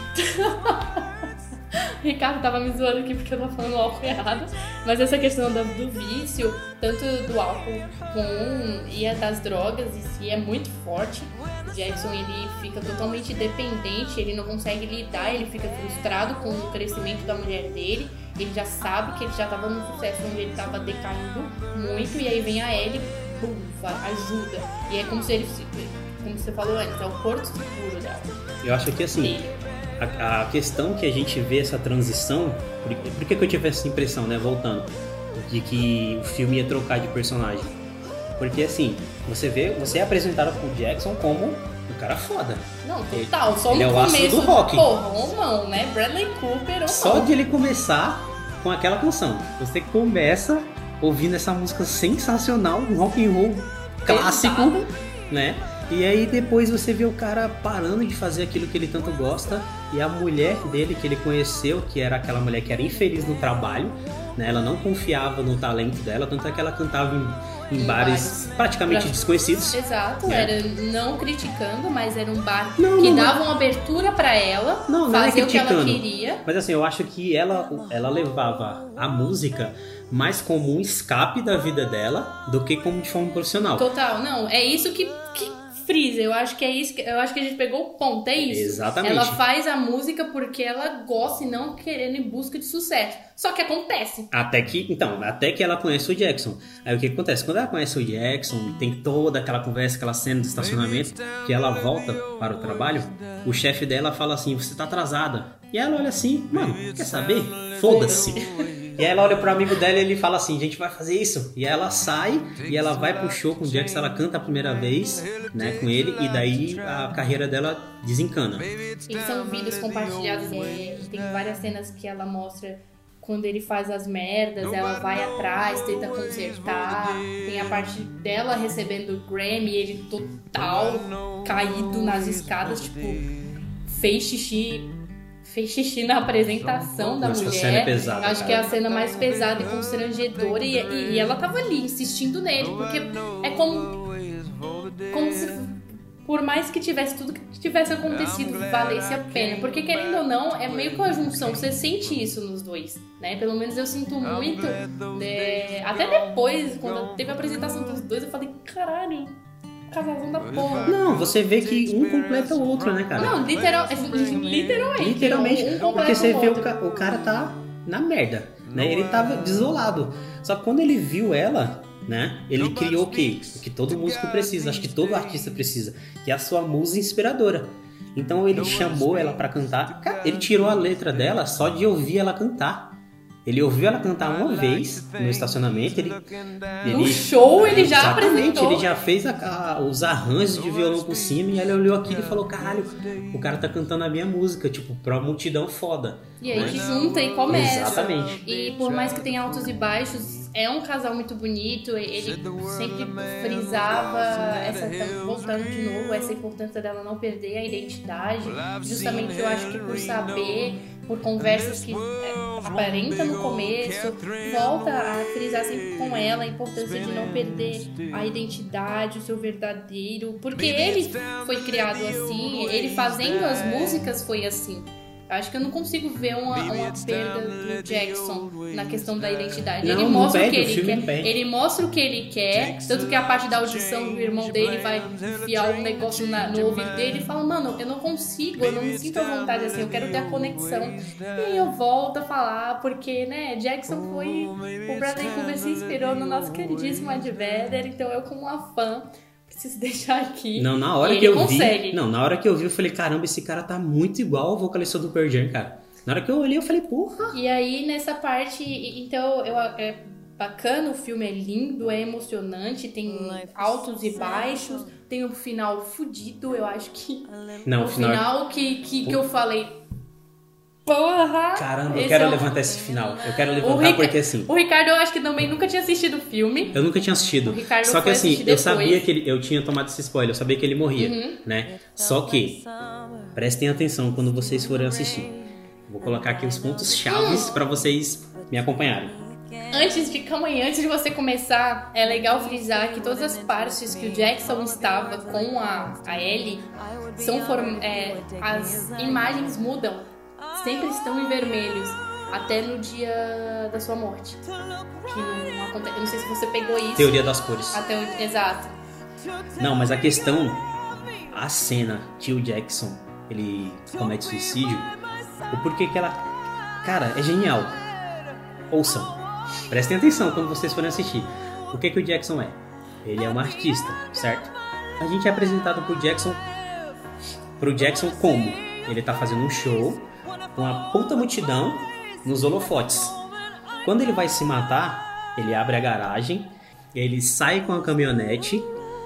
Ricardo tava me zoando aqui porque eu tava falando álcool errado. Mas essa questão do, do vício, tanto do álcool com e a das drogas em si, é muito forte. O Jackson, ele fica totalmente dependente, ele não consegue lidar, ele fica frustrado com o crescimento da mulher dele. Ele já sabe que ele já tava num sucesso onde ele tava decaindo muito, e aí vem a Ellie, pum, ajuda. E é como se ele, como você falou antes, é o porto seguro dela. Eu acho que assim, a, a questão que a gente vê essa transição, por, por que, que eu tive essa impressão, né, voltando, de que o filme ia trocar de personagem? Porque assim, você vê, você é apresentado pro Jackson como um cara foda. Não, total, ele, só ele no é o começo do rock. Porra, homão, né? Bradley Cooper, homão. Só de ele começar com aquela canção. Você começa ouvindo essa música sensacional, um rock and roll clássico, exato, né? E aí depois você vê o cara parando de fazer aquilo que ele tanto gosta, e a mulher dele que ele conheceu, que era aquela mulher que era infeliz no trabalho, né? Ela não confiava no talento dela, tanto é que ela cantava em, em, em bares, bares praticamente pra... desconhecidos. Exato, né? Era não criticando, mas era um bar não, que não, dava não. uma abertura pra ela, não, não fazer é o que ela queria. Mas assim, eu acho que ela, ela levava a música mais como um escape da vida dela do que como de forma profissional. Total, não, é isso que, que frisa. Eu acho que é isso, que, eu acho que a gente pegou o ponto, é isso. Exatamente. Ela faz a música porque ela gosta e não querendo em busca de sucesso. Só que acontece. Até que, então, até que ela conhece o Jackson. Aí o que acontece? Quando ela conhece o Jackson, tem toda aquela conversa, aquela cena do estacionamento, que ela volta para o trabalho, o chefe dela fala assim, você tá atrasada. E ela olha assim, mano, quer saber? Foda-se. E aí ela olha pro amigo dela e ele fala assim, a gente vai fazer isso. E aí ela sai e ela vai pro show com o Jackson, ela canta a primeira vez, né, com ele, e daí a carreira dela desencana. E são vídeos compartilhados, é, tem várias cenas que ela mostra quando ele faz as merdas, ela vai atrás, tenta consertar. Tem a parte dela recebendo o Grammy, ele total caído nas escadas, tipo, fez xixi... Fez xixi na apresentação da Nossa, mulher. a cena é pesada, Acho cara. que é a cena mais pesada e constrangedora. E, e, e ela tava ali, insistindo nele. Porque é como, como se, por mais que tivesse tudo que tivesse acontecido, valesse a pena. Porque, querendo ou não, é meio que uma junção. Você sente isso nos dois, né? Pelo menos eu sinto muito. Né? Até depois, quando teve a apresentação dos dois, eu falei, caralho, casalzão da porra. Não, você vê que um completa o outro, né, cara? Não, literal, literalmente. Literalmente, um completa porque você o vê o, outro. ca- o cara tá na merda, né? Ele tava desolado. Só que quando ele viu ela, né? Ele criou o quê? O que todo músico precisa, acho que todo artista precisa, que é a sua musa inspiradora. Então ele chamou ela pra cantar. Cara, ele tirou a letra dela só de ouvir ela cantar. Ele ouviu ela cantar uma vez no estacionamento. Ele, ele, No show ele já exatamente, apresentou. ele já fez a- a- os arranjos de violão por cima. E ela olhou aquilo e falou, caralho, o cara tá cantando a minha música, tipo, pra uma multidão foda. E aí né? que junta e começa. Exatamente. E por mais que tenha altos e baixos, é um casal muito bonito. Ele sempre frisava essa, voltando de novo, essa importância dela não perder a identidade. Justamente eu acho que por saber, por conversas que é, aparenta no começo, volta a frisar sempre com ela a importância de não perder a identidade, o seu verdadeiro. Porque ele foi criado assim, ele fazendo as músicas foi assim. Acho que eu não consigo ver uma, uma perda do Jackson na questão da identidade. Não, ele não mostra o perde, que o ele filme quer. não perde. Ele mostra o que ele quer. Tanto que a parte da audição do irmão dele vai enfiar um negócio na- no ouvido dele e fala, mano, eu não consigo, eu não me sinto à vontade assim, eu quero ter a conexão. E aí eu volto a falar, porque, né, Jackson foi. O Bradley Cooper se inspirou no nosso queridíssimo Ed Vedder, então eu, como uma fã, preciso deixar aqui. Não, na hora E que ele eu consegue. vi. Não, na hora que eu vi, eu falei, caramba, esse cara tá muito igual ao vocalista do Pearl Jam, cara. Na hora que eu olhei, eu falei, porra. E aí, nessa parte, e- então, eu, é bacana, o filme é lindo, é emocionante, tem altos e baixos, tem um final fudido, eu acho que... Não, o o final- final que, que, que eu falei, porra! Caramba, eu esse quero é um- levantar esse final. Eu quero O levantar Rica- porque assim. O Ricardo, eu acho que também nunca tinha assistido o filme. Eu nunca tinha assistido. O Ricardo Só que foi assim, assistir eu depois. sabia que ele. Eu tinha tomado esse spoiler, eu sabia que ele morria, Uhum. né? Só que, prestem atenção quando vocês forem assistir. Vou colocar aqui os pontos chaves pra vocês me acompanharem. Antes de, calma aí, antes de você começar, é legal frisar que todas as partes que o Jackson estava com a, a Ellie, são form, é, as imagens mudam, sempre estão em vermelhos, até no dia da sua morte. Que não acontece, eu não sei se você pegou isso. Teoria das cores. Até o, exato. Não, mas a questão, a cena que o Jackson, ele comete suicídio, o porquê que ela... Cara, é genial. Ouçam. Prestem atenção quando vocês forem assistir. O que que o Jackson é? Ele é um artista, certo? A gente é apresentado pro Jackson... Pro Jackson como? Ele tá fazendo um show com a puta multidão nos holofotes. Quando ele vai se matar, ele abre a garagem, ele sai com a caminhonete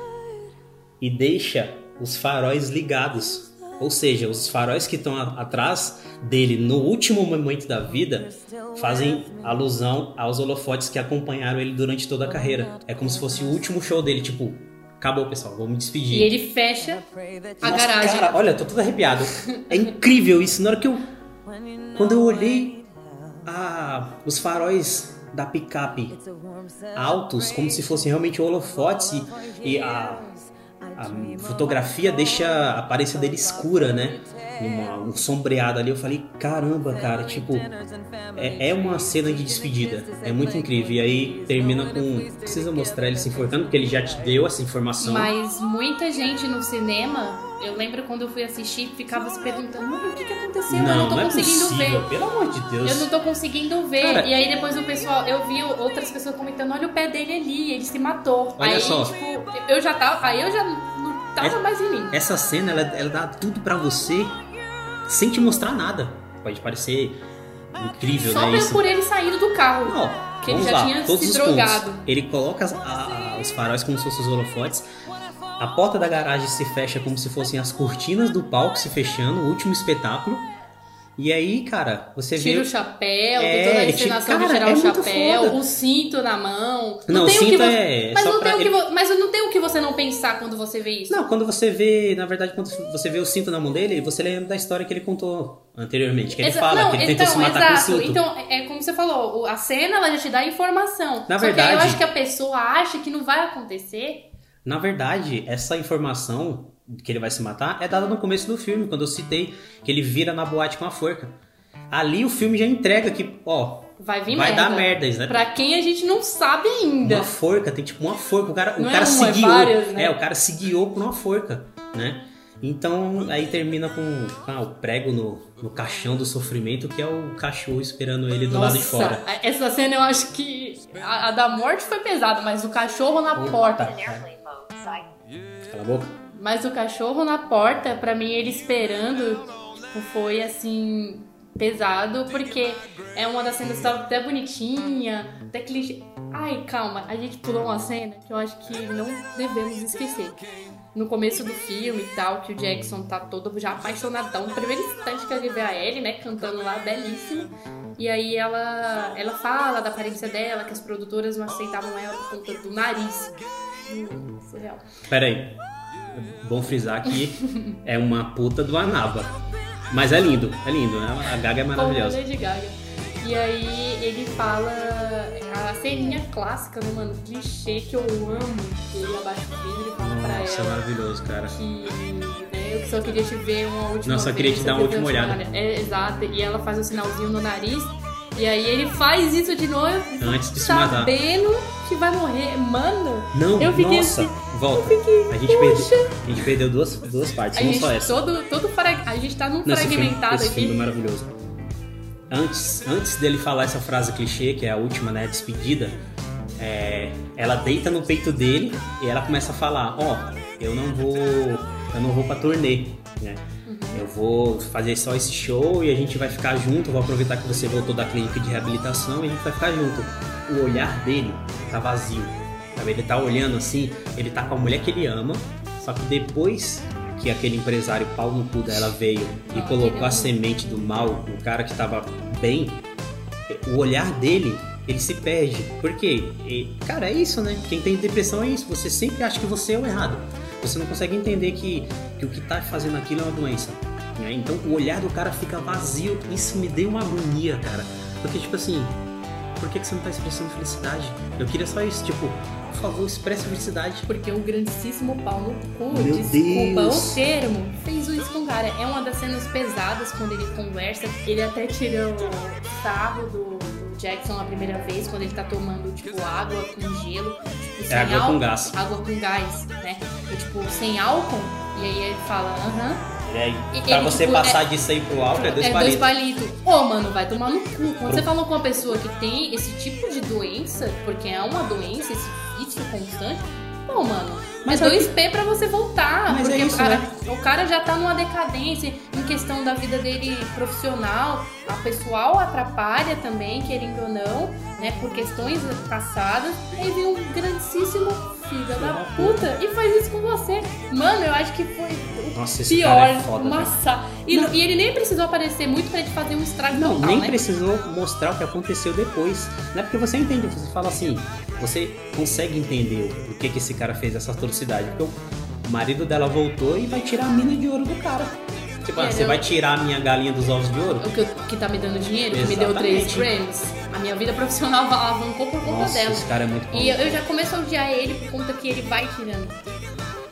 e deixa os faróis ligados. Ou seja, os faróis que estão a- atrás dele no último momento da vida fazem alusão aos holofotes que acompanharam ele durante toda a carreira. É como se fosse o último show dele, tipo, acabou, pessoal, vou me despedir. E ele fecha a Nossa, garagem. cara, olha, tô todo arrepiado. É incrível isso. Na hora que eu... Quando eu olhei a, os faróis da picape altos, como se fossem realmente holofotes, e, e a, a fotografia deixa a aparência dele escura, né? uma, um sombreado ali. Eu falei, caramba, cara, tipo, é, é uma cena de despedida. É muito incrível. E aí termina com... Precisa mostrar ele se enforcando, porque ele já te deu essa informação. Mas muita gente no cinema, eu lembro quando eu fui assistir, ficava se perguntando, mano, o que que aconteceu? Não, eu não tô não é conseguindo possível, ver. pelo amor de Deus. Eu não tô conseguindo ver. Cara, e aí depois o pessoal, eu vi outras pessoas comentando, olha o pé dele ali, ele se matou. Olha aí, só. tipo, eu já tava, aí eu já não tava É, mais em mim. Essa cena, ela, ela dá tudo pra você sem te mostrar nada. Pode parecer incrível, Só né? Isso. por ele saindo do carro. Não, que ele vamos já lá, tinha todos se os drogado. pontos. Ele coloca as- a- a- os faróis como se fossem os holofotes. A porta da garagem se fecha como se fossem as cortinas do palco se fechando, o último espetáculo. E aí, cara, você Tira vê... o chapéu, É, tem toda a ele encenação tira- de cara, tirar é o muito chapéu, foda. o cinto na mão. Não, o tem o que cinto vo- é mas só não pra tem o que ele- vo- Mas não tem o que você não pensar quando você vê isso. Não, quando você vê, na verdade, quando você vê o cinto na mão dele, você lembra da história que ele contou anteriormente. Que ele Exa- fala não, que ele tentou então, se matar exato. com o cinto. Então, é como você falou, o- a cena ela já te dá informação. Na Só que aí verdade- eu acho que a pessoa acha que não vai acontecer. Na verdade, essa informação que ele vai se matar é dada no começo do filme, quando eu citei que ele vira na boate com a forca. Ali o filme já entrega que, ó, Vai vir vai merda. dar merda, né? Pra quem a gente não sabe ainda. Uma forca, tem tipo uma forca, o cara, o Não é cara uma, se é guiou. várias, né? É, o cara se guiou por uma forca, né? Então, aí termina com ah, o prego no, no caixão do sofrimento, que é o cachorro esperando ele do lado de fora. Essa cena eu acho que a, a da morte foi pesada, mas o cachorro na porta. Cala a boca. Mas o cachorro na porta, pra mim, ele esperando, tipo, foi assim, pesado, porque é uma das cenas que tava até bonitinha, até clichê. Ai, calma, a gente pulou uma cena que eu acho que não devemos esquecer. No começo do filme e tal, que o Jackson tá todo já apaixonadão. No primeiro instante que ele vê a Ellie, né, cantando lá, belíssimo. E aí ela, ela fala da aparência dela, que as produtoras não aceitavam ela por conta do nariz. Hum, surreal. Pera aí. Bom frisar que é uma puta do Anaba. Mas é lindo, é lindo, né? A Gaga é maravilhosa. Lady Gaga. E aí ele fala a ceninha clássica, né, mano? Clichê que eu amo. Que ele abaixa o vidro e fala pra Nossa, é ela maravilhoso, cara. que né, eu só queria te ver uma última Nossa, vez. eu queria te dar uma só última queria te olhada. olhar. É, exato. E ela faz um sinalzinho no nariz. E aí ele faz isso de novo. Antes de se matar. Sabendo que vai morrer. Mano, Não, eu fiquei nossa, assim, volta. eu fiquei, A gente, poxa. perdeu, a gente perdeu duas, duas partes, A não gente, só essa. todo, todo frag... a gente tá num Não, esse filme, fragmentado esse aqui. filme é maravilhoso. Antes, antes dele falar essa frase clichê, que é a última, né, despedida, é, ela deita no peito dele e ela começa a falar, ó, oh, eu não vou, eu não vou pra turnê, né? Uhum. Eu vou fazer só esse show e a gente vai ficar junto, eu vou aproveitar que você voltou da clínica de reabilitação e a gente vai ficar junto. O olhar dele tá vazio, sabe? Ele tá olhando assim, ele tá com a mulher que ele ama, só que depois que aquele empresário pau no cu dela veio e Ah, colocou a que semente do mal no cara que tava bem, o olhar dele, ele se perde. Por quê? E, cara, é isso, né? Quem tem depressão é isso. Você sempre acha que você é o errado. Você não consegue entender que, que o que tá fazendo aquilo é uma doença, né? Então o olhar do cara fica vazio. Isso me deu uma agonia, cara. Porque, tipo assim, por que, que você não tá expressando felicidade? Eu queria só isso, tipo, por favor, expresse felicidade. Porque o grandíssimo pau no cu, Meu desculpa Deus. o termo, fez isso com o cara. É uma das cenas pesadas quando ele conversa. Ele até tira o sarro do, do Jackson a primeira vez, quando ele tá tomando, tipo, água com gelo. Tipo, sem água com álcool, gás. Água com gás, né? E, tipo, sem álcool. E aí ele fala, aham. É, E- pra ele, você tipo, passar é- disso aí pro álcool é dois É palitos. dois palitos. Ô, mano, vai tomar no cu. Quando você falou com uma pessoa que tem esse tipo de doença, porque é uma doença, esse vício constante, pô, mano, Mas é é dois que- P pra você voltar. Mas porque é isso, a- né? o cara já tá numa decadência em questão da vida dele profissional. A pessoal atrapalha também, querendo ou não, né? Por questões passadas. Aí vem um grandíssimo filho da puta e faz isso com você. Mano, eu acho que foi o Nossa, esse pior, cara é foda, velho. massa. E, e ele nem precisou aparecer muito pra ele fazer um estrago Não, total, nem né? precisou mostrar o que aconteceu depois. Não é porque você entende, você fala assim, você consegue entender o que que esse cara fez essa atrocidade. Porque o marido dela voltou e vai tirar a mina de ouro do cara. Tipo, ah, É, você eu- vai tirar a minha galinha dos ovos de ouro? O que, eu- que tá me dando dinheiro, que me deu três Exatamente. Grammys. A minha vida profissional alavancou por conta Nossa, dela. esse cara é muito E eu, bom. eu já começo a odiar ele por conta que ele vai tirando.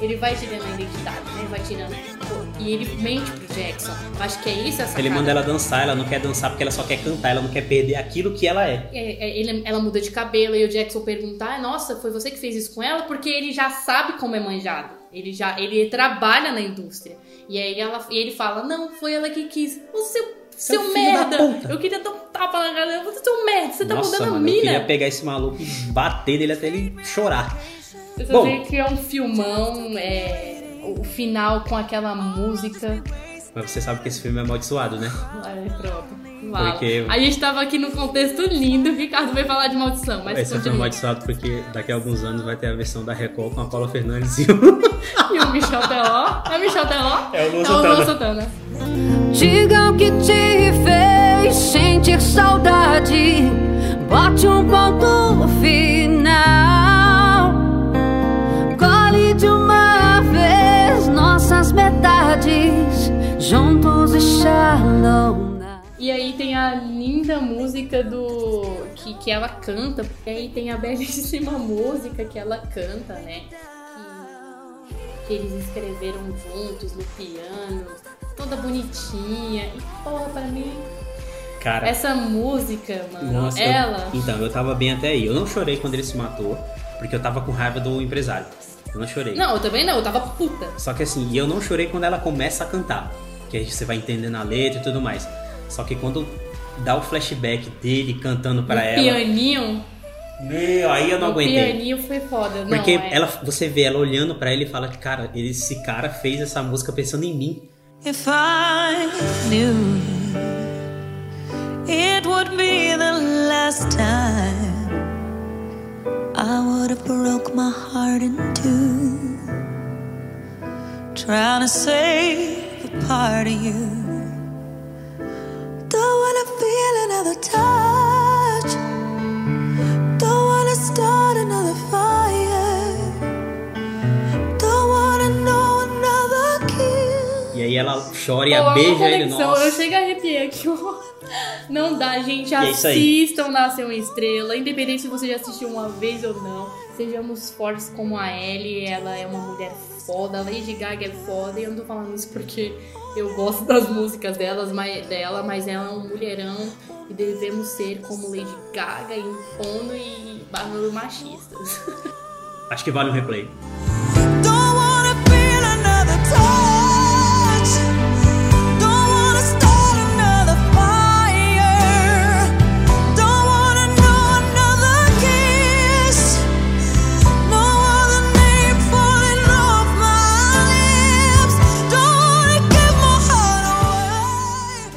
ele vai tirando a identidade, né? Vai tirando. E ele mente pro Jackson. Eu acho que é isso essa Ele manda ela dançar, ela não quer dançar porque ela só quer cantar, ela não quer perder aquilo que ela é. É, é, ele, ela muda de cabelo e o Jackson pergunta, ah, nossa, foi você que fez isso com ela? Porque ele já sabe como é manjado. Ele já ele trabalha na indústria. E aí ela, e ele fala, não, foi ela que quis. O seu, seu, seu merda! Eu queria dar um tapa na cara. Você é um merda, você tá Nossa, mudando mano, a mina. Eu queria pegar esse maluco e bater nele até ele chorar. Eu só Bom, sei que é um filmão, é, o final com aquela música. Mas você sabe que esse filme é amaldiçoado, né? Ai, pronto. Fala. Porque... A gente tava aqui num contexto lindo, o Ricardo veio falar de maldição, mas esse continua. filme é amaldiçoado porque daqui a alguns anos vai ter a versão da Record com a Paula Fernandes e o... E o Michel Teló. É o Michel Teló? É o Luan É Santana. o Luan Santana. Diga o que te fez sentir saudade. Bote um ponto final. Colhe de uma vez nossas metades, juntos e shallow. E aí tem a linda música do... Que, que ela canta. E aí tem a belíssima música que ela canta, né? Que, que eles escreveram juntos no piano. Toda bonitinha. E porra, pra mim... Cara, essa música, mano, nossa, ela... Eu, então, eu tava bem até aí. Eu não chorei quando ele se matou, porque eu tava com raiva do empresário. Eu não chorei. Não, eu também não, eu tava puta. Só que assim, e eu não chorei quando ela começa a cantar. Que aí você vai entendendo a letra e tudo mais. Só que quando dá o flashback dele cantando pra o ela... pianinho... Meu, aí eu não o aguentei. O pianinho foi foda, não, Porque é... ela, você vê ela olhando pra ele e fala, cara, esse cara fez essa música pensando em mim. If I knew it would be the last time, I would have broke my heart in two, trying to save a part of you. Don't wanna feel another touch, don't wanna start another fire, don't wanna know another kiss. E aí ela chora e Pô, beija é ele, conexão. nossa. Eu chego a arrepiar aqui, ó. Não dá, gente. E é isso aí. Assistam Nascer uma Estrela. Independente se você já assistiu uma vez ou não. Sejamos fortes como a Ellie. Ela é uma mulher foda. A Lady Gaga é foda. E eu não tô falando isso porque eu gosto das músicas delas, mas, dela, mas ela é um mulherão. E devemos ser como Lady Gaga, impondo e barulho machistas. Acho que vale um replay. Don't wanna feel another touch, don't wanna start another fire, don't wanna know another kiss, no other name falling off my lips, don't wanna give my heart away.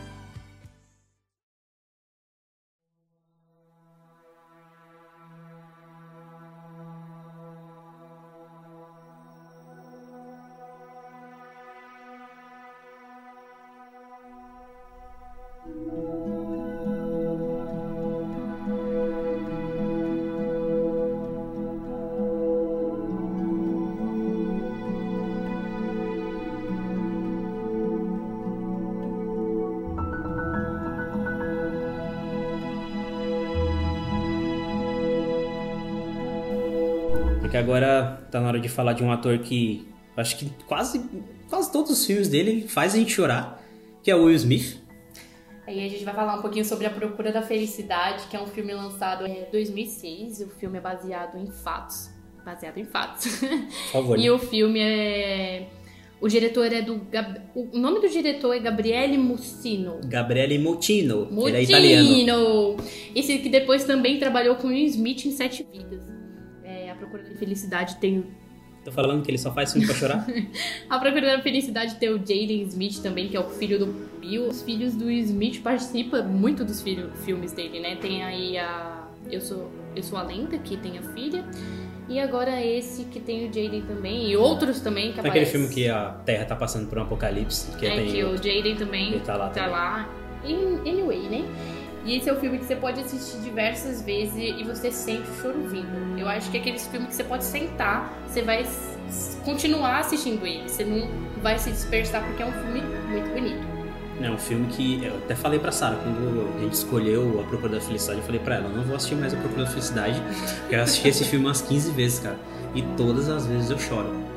Porque agora tá na hora de falar de um ator que acho que quase, quase todos os filmes dele faz a gente chorar, que é o Will Smith. Aí a gente vai falar um pouquinho sobre A Procura da Felicidade, que é um filme lançado em dois mil e seis. O filme é baseado em fatos. Baseado em fatos. Por favor. E o filme é... O diretor é do... Gab... O nome do diretor é Gabriele Muccino. Gabriele Muccino, que ele é Muccino! italiano. Esse que depois também trabalhou com Will Smith em Sete Vidas. É, A Procura da Felicidade tem... Tô falando que ele só faz filme pra chorar? A Procura da Felicidade tem o Jaden Smith também, que é o filho do Bill. Os filhos do Smith participam muito dos filho, filmes dele, né? Tem aí a... Eu Sou, Eu Sou a Lenda, que tem a filha. E agora esse que tem o Jaden também. E outros também que Naquele aparecem. filme que a Terra tá passando por um apocalipse. Que É, tem que o Jaden também ele tá lá também. lá. E, anyway, né? E esse é o filme que você pode assistir diversas vezes e você sente o choro vindo. Eu acho que é aqueles filmes que você pode sentar, você vai s- continuar assistindo ele. Você não vai se dispersar porque é um filme muito bonito. É um filme que eu até falei pra Sarah, quando a gente escolheu A Procura da Felicidade, eu falei pra ela, não vou assistir mais A Procura da Felicidade, porque eu assisti esse filme umas quinze vezes, cara. E todas as vezes eu choro.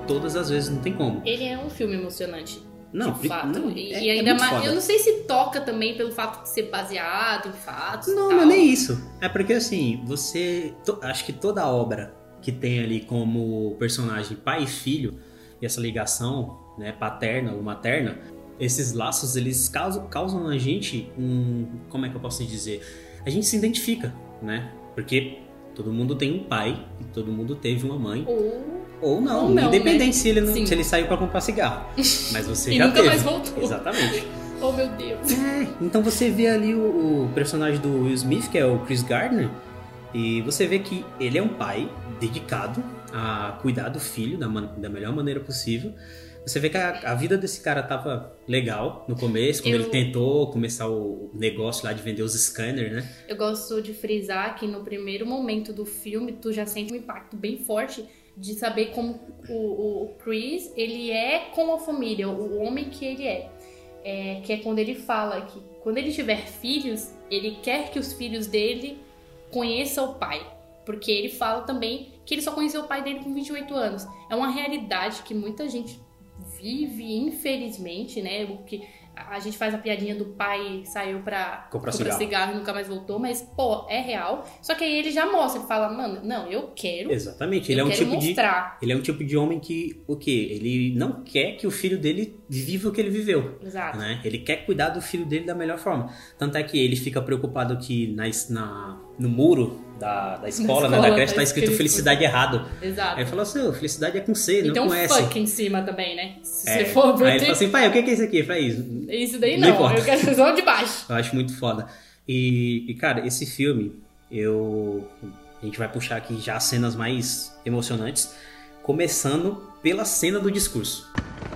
todas as vezes não tem como. Ele é um filme emocionante. Não, de fato. não, e é, e ainda é muito mais, foda. eu não sei se toca também pelo fato de ser baseado em fatos. Não, e tal. não é nem isso. É porque assim, você. To, acho que toda obra que tem ali como personagem pai e filho, e essa ligação, né, paterna ou materna, esses laços, eles causam, causam na gente um. Como é que eu posso dizer? A gente se identifica, né? Porque todo mundo tem um pai e todo mundo teve uma mãe. Ou, Ou não, ou não, independente né? se, ele não, Sim. se ele saiu pra comprar cigarro. Mas você E já nunca teve. mais voltou. Exatamente. Oh, meu Deus. É, então você vê ali o, o personagem do Will Smith, que é o Chris Gardner, e você vê que ele é um pai dedicado a cuidar do filho da, man- da melhor maneira possível. Você vê que a, a vida desse cara tava legal no começo, quando Eu- ele tentou começar o negócio lá de vender os scanners, né? Eu gosto de frisar que no primeiro momento do filme tu já sente um impacto bem forte de saber como o, o Chris, ele é com a família, o homem que ele é. É, que é quando ele fala que quando ele tiver filhos, ele quer que os filhos dele conheçam o pai. Porque ele fala também que ele só conheceu o pai dele com vinte e oito anos. É uma realidade que muita gente vive, infelizmente, né? O que a gente faz a piadinha do pai saiu pra Comprar comprar cigarro. cigarro e nunca mais voltou, mas, pô, é real. Só que aí ele já mostra, ele fala, mano, não, eu quero, Exatamente. eu Ele é um quero tipo de mostrar. ele é um tipo de homem que o quê? Ele não quer que o filho dele viva o que ele viveu. Exato. Né? Ele quer cuidar do filho dele da melhor forma. Tanto é que ele fica preocupado que na, es- na- no muro da, da escola, né, escola da creche, tá tá escrito escrito- felicidade errado. Exato. Aí ele falou assim, "Ô, felicidade é com C, E não tem um com S. fuck em cima também, né? Se É. você for ver, Aí ele tem... falou assim, pai, o que que é isso aqui? Eu falei, isso. isso daí não não, importa. eu quero só de baixo. Eu acho muito foda. E, e, cara, esse filme, eu... A gente vai puxar aqui já as cenas mais emocionantes, começando pela cena do discurso.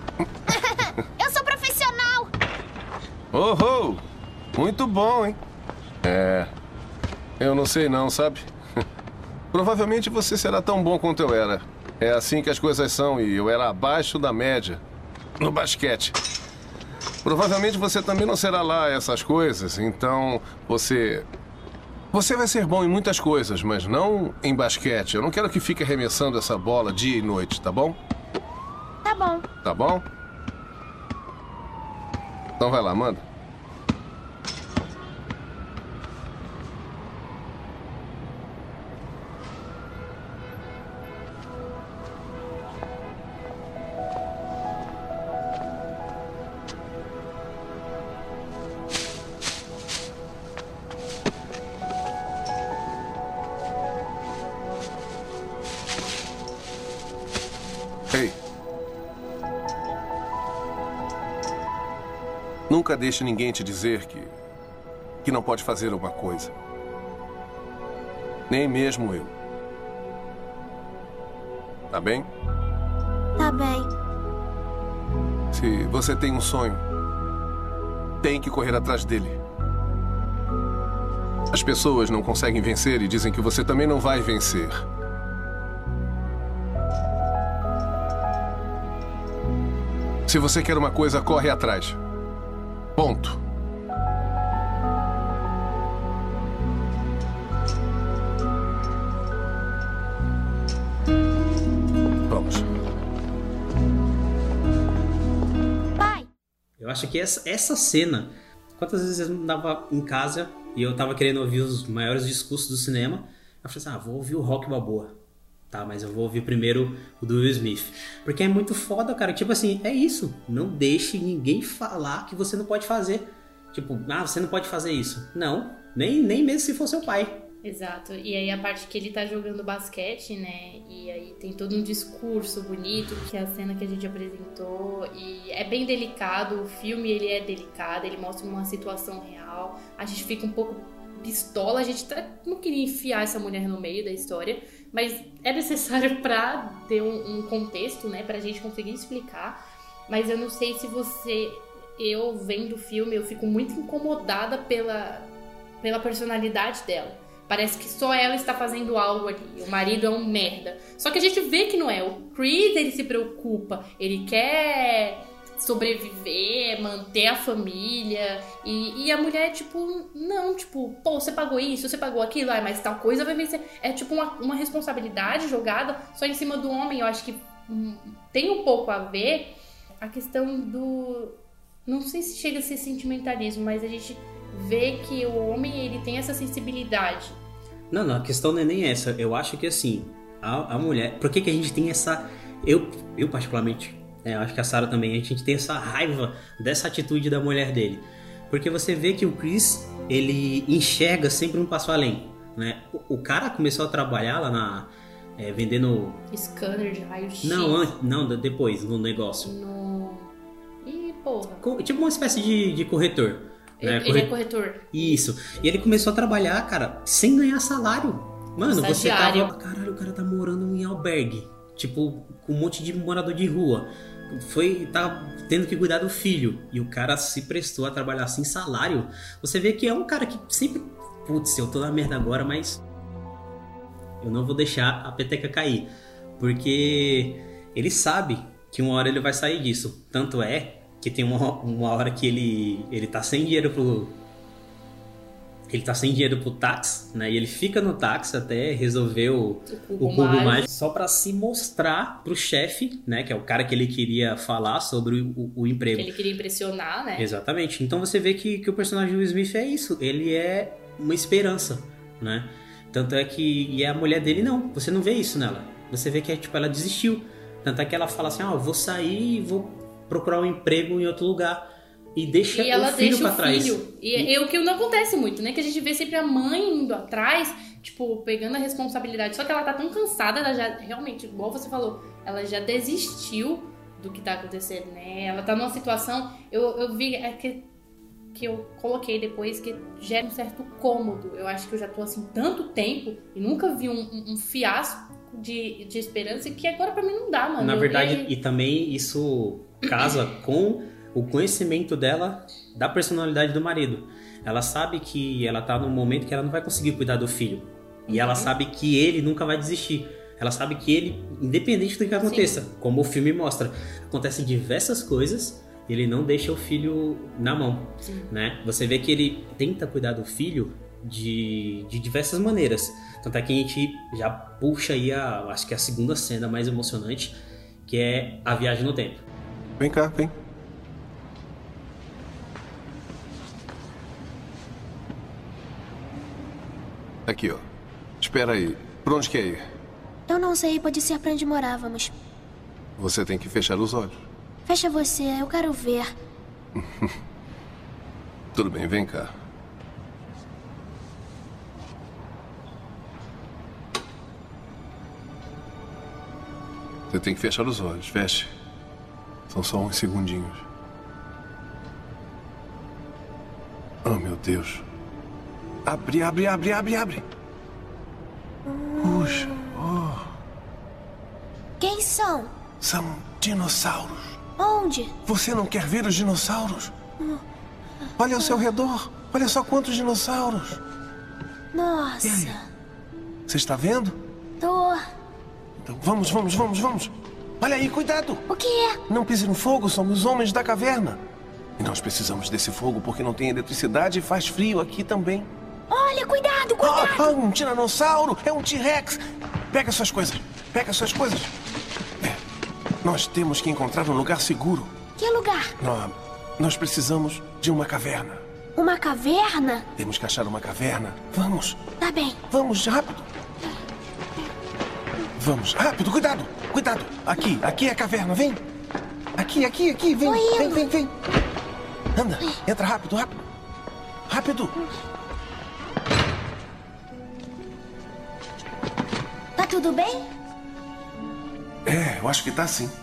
Eu sou profissional! Oh, oh! Muito bom, hein? É. Eu não sei não, sabe? Provavelmente você será tão bom quanto eu era. É assim que as coisas são e eu era abaixo da média no basquete. Provavelmente você também não será lá essas coisas, então você. Você vai ser bom em muitas coisas, mas não em basquete. Eu não quero que fique arremessando essa bola dia e noite, tá bom? Tá bom. Tá bom? Então vai lá, manda. Ei. Nunca deixe ninguém te dizer que que não pode fazer uma coisa. Nem mesmo eu. Tá bem? Tá bem. Se você tem um sonho, tem que correr atrás dele. As pessoas não conseguem vencer e dizem que você também não vai vencer. Se você quer uma coisa, corre atrás. Ponto. Vamos. Pai, Eu acho que essa, essa cena, quantas vezes eu não tava em casa e eu tava querendo ouvir os maiores discursos do cinema, eu falei assim, ah, vou ouvir o Rock Balboa. Tá, mas eu vou ouvir primeiro o do Will Smith. Porque é muito foda, cara. Tipo assim, é isso. Não deixe ninguém falar que você não pode fazer. Tipo, ah, você não pode fazer isso. Não, nem, nem mesmo se for seu pai. Exato. E aí a parte que ele tá jogando basquete, né? E aí tem todo um discurso bonito, que é a cena que a gente apresentou. E é bem delicado, o filme ele é delicado, ele mostra uma situação real. A gente fica um pouco pistola, a gente tá, não queria enfiar essa mulher no meio da história, mas é necessário pra ter um, um contexto, né? Pra gente conseguir explicar. Mas eu não sei se você... Eu vendo o filme, eu fico muito incomodada pela, pela personalidade dela. Parece que só ela está fazendo algo ali. O marido é um merda. Só que a gente vê que não é. O Chris, ele se preocupa. Ele quer sobreviver, manter a família. E, e a mulher, tipo, não, tipo, pô, você pagou isso, você pagou aquilo, ah, mas tal coisa vai vencer. É tipo uma, uma responsabilidade jogada só em cima do homem. Eu acho que um, tem um pouco a ver a questão do... Não sei se chega a ser sentimentalismo, mas a gente vê que o homem, ele tem essa sensibilidade. Não, não, a questão não é nem essa. Eu acho que, assim, a, a mulher... Por que que a gente tem essa... Eu, eu particularmente, né, eu acho que a Sarah também, a gente tem essa raiva dessa atitude da mulher dele. Porque você vê que o Chris, ele enxerga sempre um passo além, né? O, o cara começou a trabalhar lá na... É, vendendo... Scanner de raio-x. Não, an... não, depois, no negócio. No... Ih, porra. Tipo uma espécie de, de corretor. Ele, né? ele Corre... é corretor. Isso. E ele começou a trabalhar, cara, sem ganhar salário. Mano, você Estagiário. tava... Caralho, o cara tá morando em albergue. Tipo, com um monte de morador de rua. Foi... Tá tendo que cuidar do filho. E o cara se prestou a trabalhar sem salário. Você vê que é um cara que sempre... Putz, eu tô na merda agora, mas... Eu não vou deixar a peteca cair. Porque ele sabe que uma hora ele vai sair disso. Tanto é que tem uma, uma hora que ele, ele tá sem dinheiro pro... Ele tá sem dinheiro pro táxi, né? E ele fica no táxi até resolver o, o cubo mágico. Só pra se mostrar pro chefe, né? Que é o cara que ele queria falar sobre o, o emprego. Que ele queria impressionar, né? Exatamente. Então você vê que, que o personagem do Will Smith é isso. Ele é uma esperança, né? Tanto é que... E a mulher dele, não. Você não vê isso nela. Você vê que, tipo, ela desistiu. Tanto é que ela fala assim, ó, ah, vou sair e vou procurar um emprego em outro lugar. E deixa e ela o filho deixa pra o trás. Filho. E, e... é o que não acontece muito, né? Que a gente vê sempre a mãe indo atrás, tipo, pegando a responsabilidade. Só que ela tá tão cansada, ela já... Realmente, igual você falou, ela já desistiu do que tá acontecendo, né? Ela tá numa situação... Eu, eu vi... É que... que eu coloquei depois, que gera um certo cômodo. Eu acho que eu já tô assim tanto tempo e nunca vi um, um, um fiasco de, de esperança que agora pra mim não dá, mano. Na eu verdade, vi... e também isso casa com o conhecimento dela da personalidade do marido. Ela sabe que ela tá num momento que ela não vai conseguir cuidar do filho. E ela sabe que ele nunca vai desistir. Ela sabe que ele, independente do que aconteça, Sim. como o filme mostra, acontecem diversas coisas... Ele não deixa o filho na mão, Sim. né? Você vê que ele tenta cuidar do filho de, de diversas maneiras. Tanto é que a gente já puxa aí a, acho que a segunda cena mais emocionante, que é a viagem no tempo. Vem cá, vem. Aqui, ó. Espera aí. Pra onde quer ir? Eu não sei, pode ser pra onde morávamos. Você tem que fechar os olhos. Fecha você, eu quero ver. Tudo bem, vem cá. Você tem que fechar os olhos, feche. São só uns segundinhos. Oh, meu Deus. Abre, abre, abre, abre, abre. Puxa, oh. Quem são? São dinossauros. Onde? Você não quer ver os dinossauros? Olha ao seu redor. Olha só quantos dinossauros. Nossa. Você está vendo? Tô. Então vamos, vamos, vamos, vamos. Olha aí, cuidado. O que é? Não pise no fogo, somos homens da caverna. E nós precisamos desse fogo porque não tem eletricidade e faz frio aqui também. Olha, cuidado, cuidado. Ah, um tiranossauro, é um T-Rex. Pega suas coisas, pega suas coisas. Nós temos que encontrar um lugar seguro. Que lugar? Nós, nós precisamos de uma caverna. Uma caverna? Temos que achar uma caverna. Vamos. Tá bem. Vamos, rápido. Vamos, rápido, cuidado. Cuidado. Aqui, aqui é a caverna, vem. Aqui, aqui, aqui, vem. Vem, vem, vem. Anda, entra rápido, rápido. Rápido. Tá tudo bem? É, eu acho que tá sim.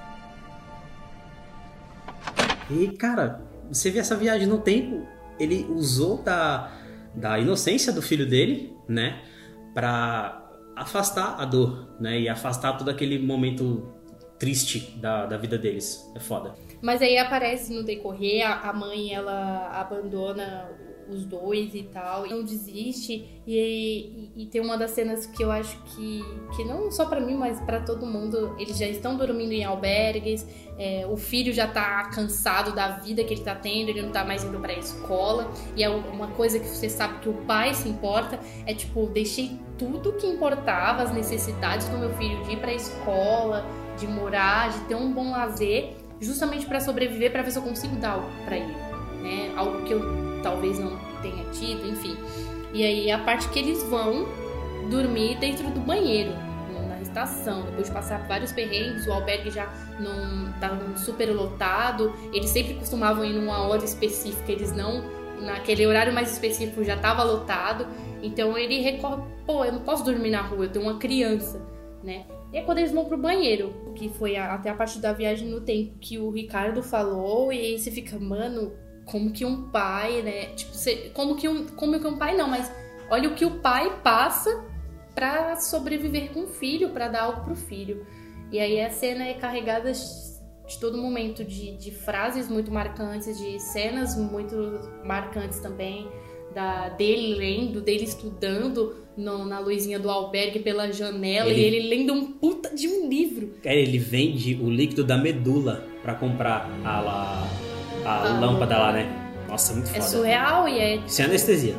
E, cara, você vê essa viagem no tempo, ele usou da, da inocência do filho dele, né? Pra afastar a dor, né? E afastar todo aquele momento triste da, da vida deles. É foda. Mas aí aparece no decorrer, a, a mãe, ela abandona os dois e tal, e não desiste, e, e, e tem uma das cenas que eu acho que, que não só pra mim, mas pra todo mundo, eles já estão dormindo em albergues, é, o filho já tá cansado da vida que ele tá tendo, ele não tá mais indo pra escola, e é uma coisa que você sabe que o pai se importa, é tipo, deixei tudo que importava, as necessidades do meu filho de ir pra escola, de morar, de ter um bom lazer, justamente pra sobreviver, pra ver se eu consigo dar algo pra ele, né? Algo que eu talvez não tenha tido, enfim. E aí a parte que eles vão dormir dentro do banheiro, na estação, depois de passar vários perrengues, o albergue já não estava super lotado, eles sempre costumavam ir numa hora específica, eles não, naquele horário mais específico já estava lotado, então ele recorre, pô, eu não posso dormir na rua, eu tenho uma criança, né? E é quando eles vão pro banheiro, que foi a, até a parte da viagem no tempo que o Ricardo falou, e aí você fica, mano, como que um pai, né? Tipo, você, como que um, como que um pai não, mas olha o que o pai passa pra sobreviver com o filho, pra dar algo pro filho. E aí a cena é carregada de todo momento de, de frases muito marcantes, de cenas muito marcantes também, da, dele lendo, dele estudando no, na luzinha do albergue pela janela, ele... e ele lendo um puta de um livro. É, ele vende o líquido da medula pra comprar a, lá, a ah, lâmpada lá, né? Nossa, muito foda. É surreal e é... Sem anestesia.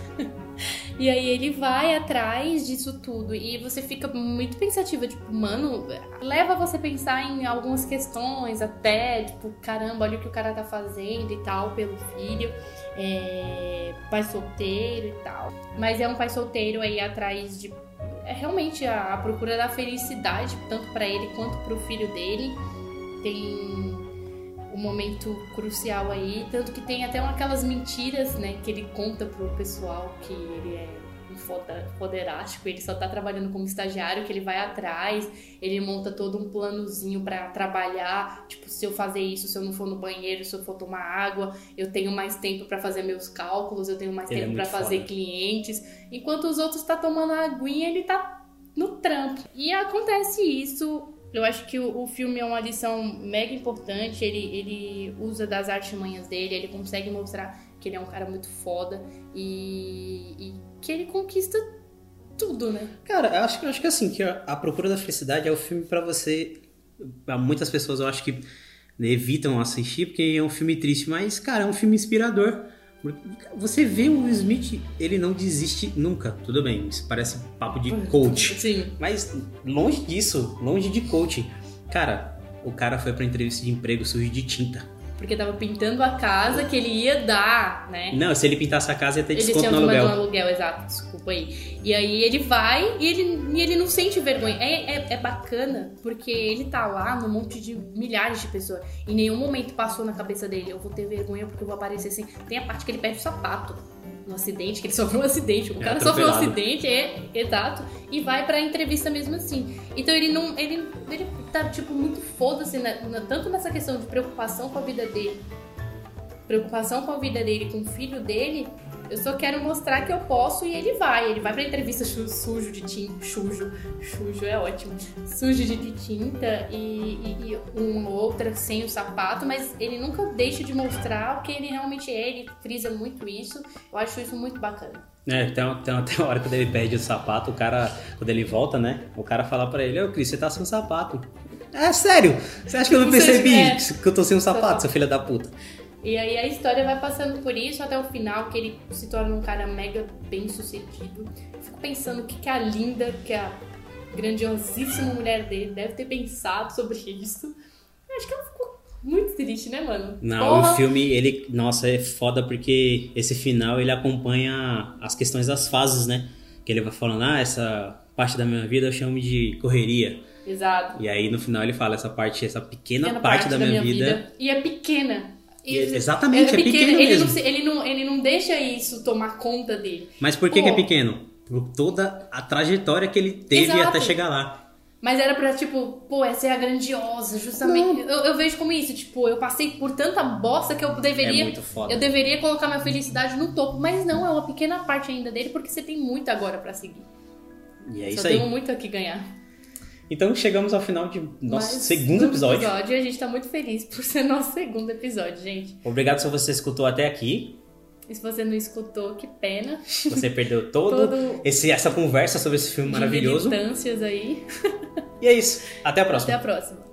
E aí ele vai atrás disso tudo e você fica muito pensativa, tipo, mano, leva você a pensar em algumas questões até, tipo, caramba, olha o que o cara tá fazendo e tal pelo filho, é, pai solteiro e tal. Mas é um pai solteiro aí atrás de, é realmente a, a procura da felicidade, tanto pra ele quanto pro filho dele. Tem um momento crucial aí, tanto que tem até aquelas mentiras, né, que ele conta pro pessoal que ele é um foda, foderástico, ele só tá trabalhando como estagiário, que ele vai atrás, ele monta todo um planozinho pra trabalhar, tipo, se eu fazer isso, se eu não for no banheiro, se eu for tomar água, eu tenho mais tempo pra fazer meus cálculos, eu tenho mais ele tempo é pra fazer foda. Clientes, enquanto os outros tá tomando a aguinha, ele tá no trampo. E acontece isso. Eu acho que o, o filme é uma lição mega importante, ele, ele usa das artimanhas dele, ele consegue mostrar que ele é um cara muito foda e, e que ele conquista tudo, né? Cara, eu acho, eu acho que assim, que a, a Procura da Felicidade é o filme pra você... Muitas pessoas eu acho que evitam assistir porque é um filme triste, mas, cara, é um filme inspirador. Você vê o Will Smith, ele não desiste nunca. Tudo bem, isso parece papo de coach. Sim. Mas longe disso, longe de coaching. Cara, o cara foi pra entrevista de emprego sujo de tinta. Porque tava pintando a casa que ele ia dar, né? Não, se ele pintasse a casa ia ter ele desconto no aluguel. Ele tinha um aluguel, exato, desculpa aí. E aí ele vai e ele, e ele não sente vergonha. É, é, é bacana, porque ele tá lá num monte de milhares de pessoas. Em nenhum momento passou na cabeça dele, eu vou ter vergonha porque eu vou aparecer assim. Tem a parte que ele perde o sapato no acidente, que ele sofreu um acidente. O é cara sofreu um acidente, é, exato. E vai pra entrevista mesmo assim. Então ele não... Ele, ele tá, tipo, muito foda-se, né? Tanto nessa questão de preocupação com a vida dele, preocupação com a vida dele, com o filho dele, eu só quero mostrar que eu posso e ele vai. Ele vai pra entrevista sujo de tinta, sujo, sujo é ótimo, sujo de tinta e, e, e uma outra sem o sapato, mas ele nunca deixa de mostrar o que ele realmente é, ele frisa muito isso, eu acho isso muito bacana. É, tem, tem até a hora quando ele perde o sapato, o cara, quando ele volta, né, o cara fala pra ele, ô Cris, você tá sem um sapato. É, sério, você acha que eu não percebi é. que eu tô sem um sapato, seu filho da puta? E aí a história vai passando por isso até o final, que ele se torna um cara mega bem sucedido. Fico pensando o que, que a Linda, que é a grandiosíssima mulher dele, deve ter pensado sobre isso. Eu acho que ela ficou muito triste, né, mano? Não, Porra. O filme, ele, nossa, é foda porque esse final ele acompanha as questões das fases, né? Que ele vai falando, ah, essa parte da minha vida eu chamo de correria. Exato. E aí no final ele fala, essa parte, essa pequena, pequena parte, parte da, da minha, minha vida... vida. E é pequena. Isso, exatamente, é, é pequeno ele mesmo. Não, ele, não, ele não deixa isso tomar conta dele. Mas por que, que é pequeno? Por toda a trajetória que ele teve Exato. Até chegar lá. Mas era pra, tipo, pô, essa é a grandiosa, justamente. Eu, eu vejo como isso, tipo, eu passei por tanta bosta que eu deveria... É muito foda. Eu deveria colocar minha felicidade no topo. Mas não, é uma pequena parte ainda dele, porque você tem muito agora pra seguir. E é Só isso aí. Só temos muito aqui ganhar. Então chegamos ao final de nosso Mas, segundo episódio. episódio. E a gente tá muito feliz por ser nosso segundo episódio, gente. Obrigado se você escutou até aqui. E se você não escutou, que pena. Você perdeu todo, todo esse, essa conversa sobre esse filme maravilhoso. Militâncias aí. E é isso. Até a próxima. Até a próxima.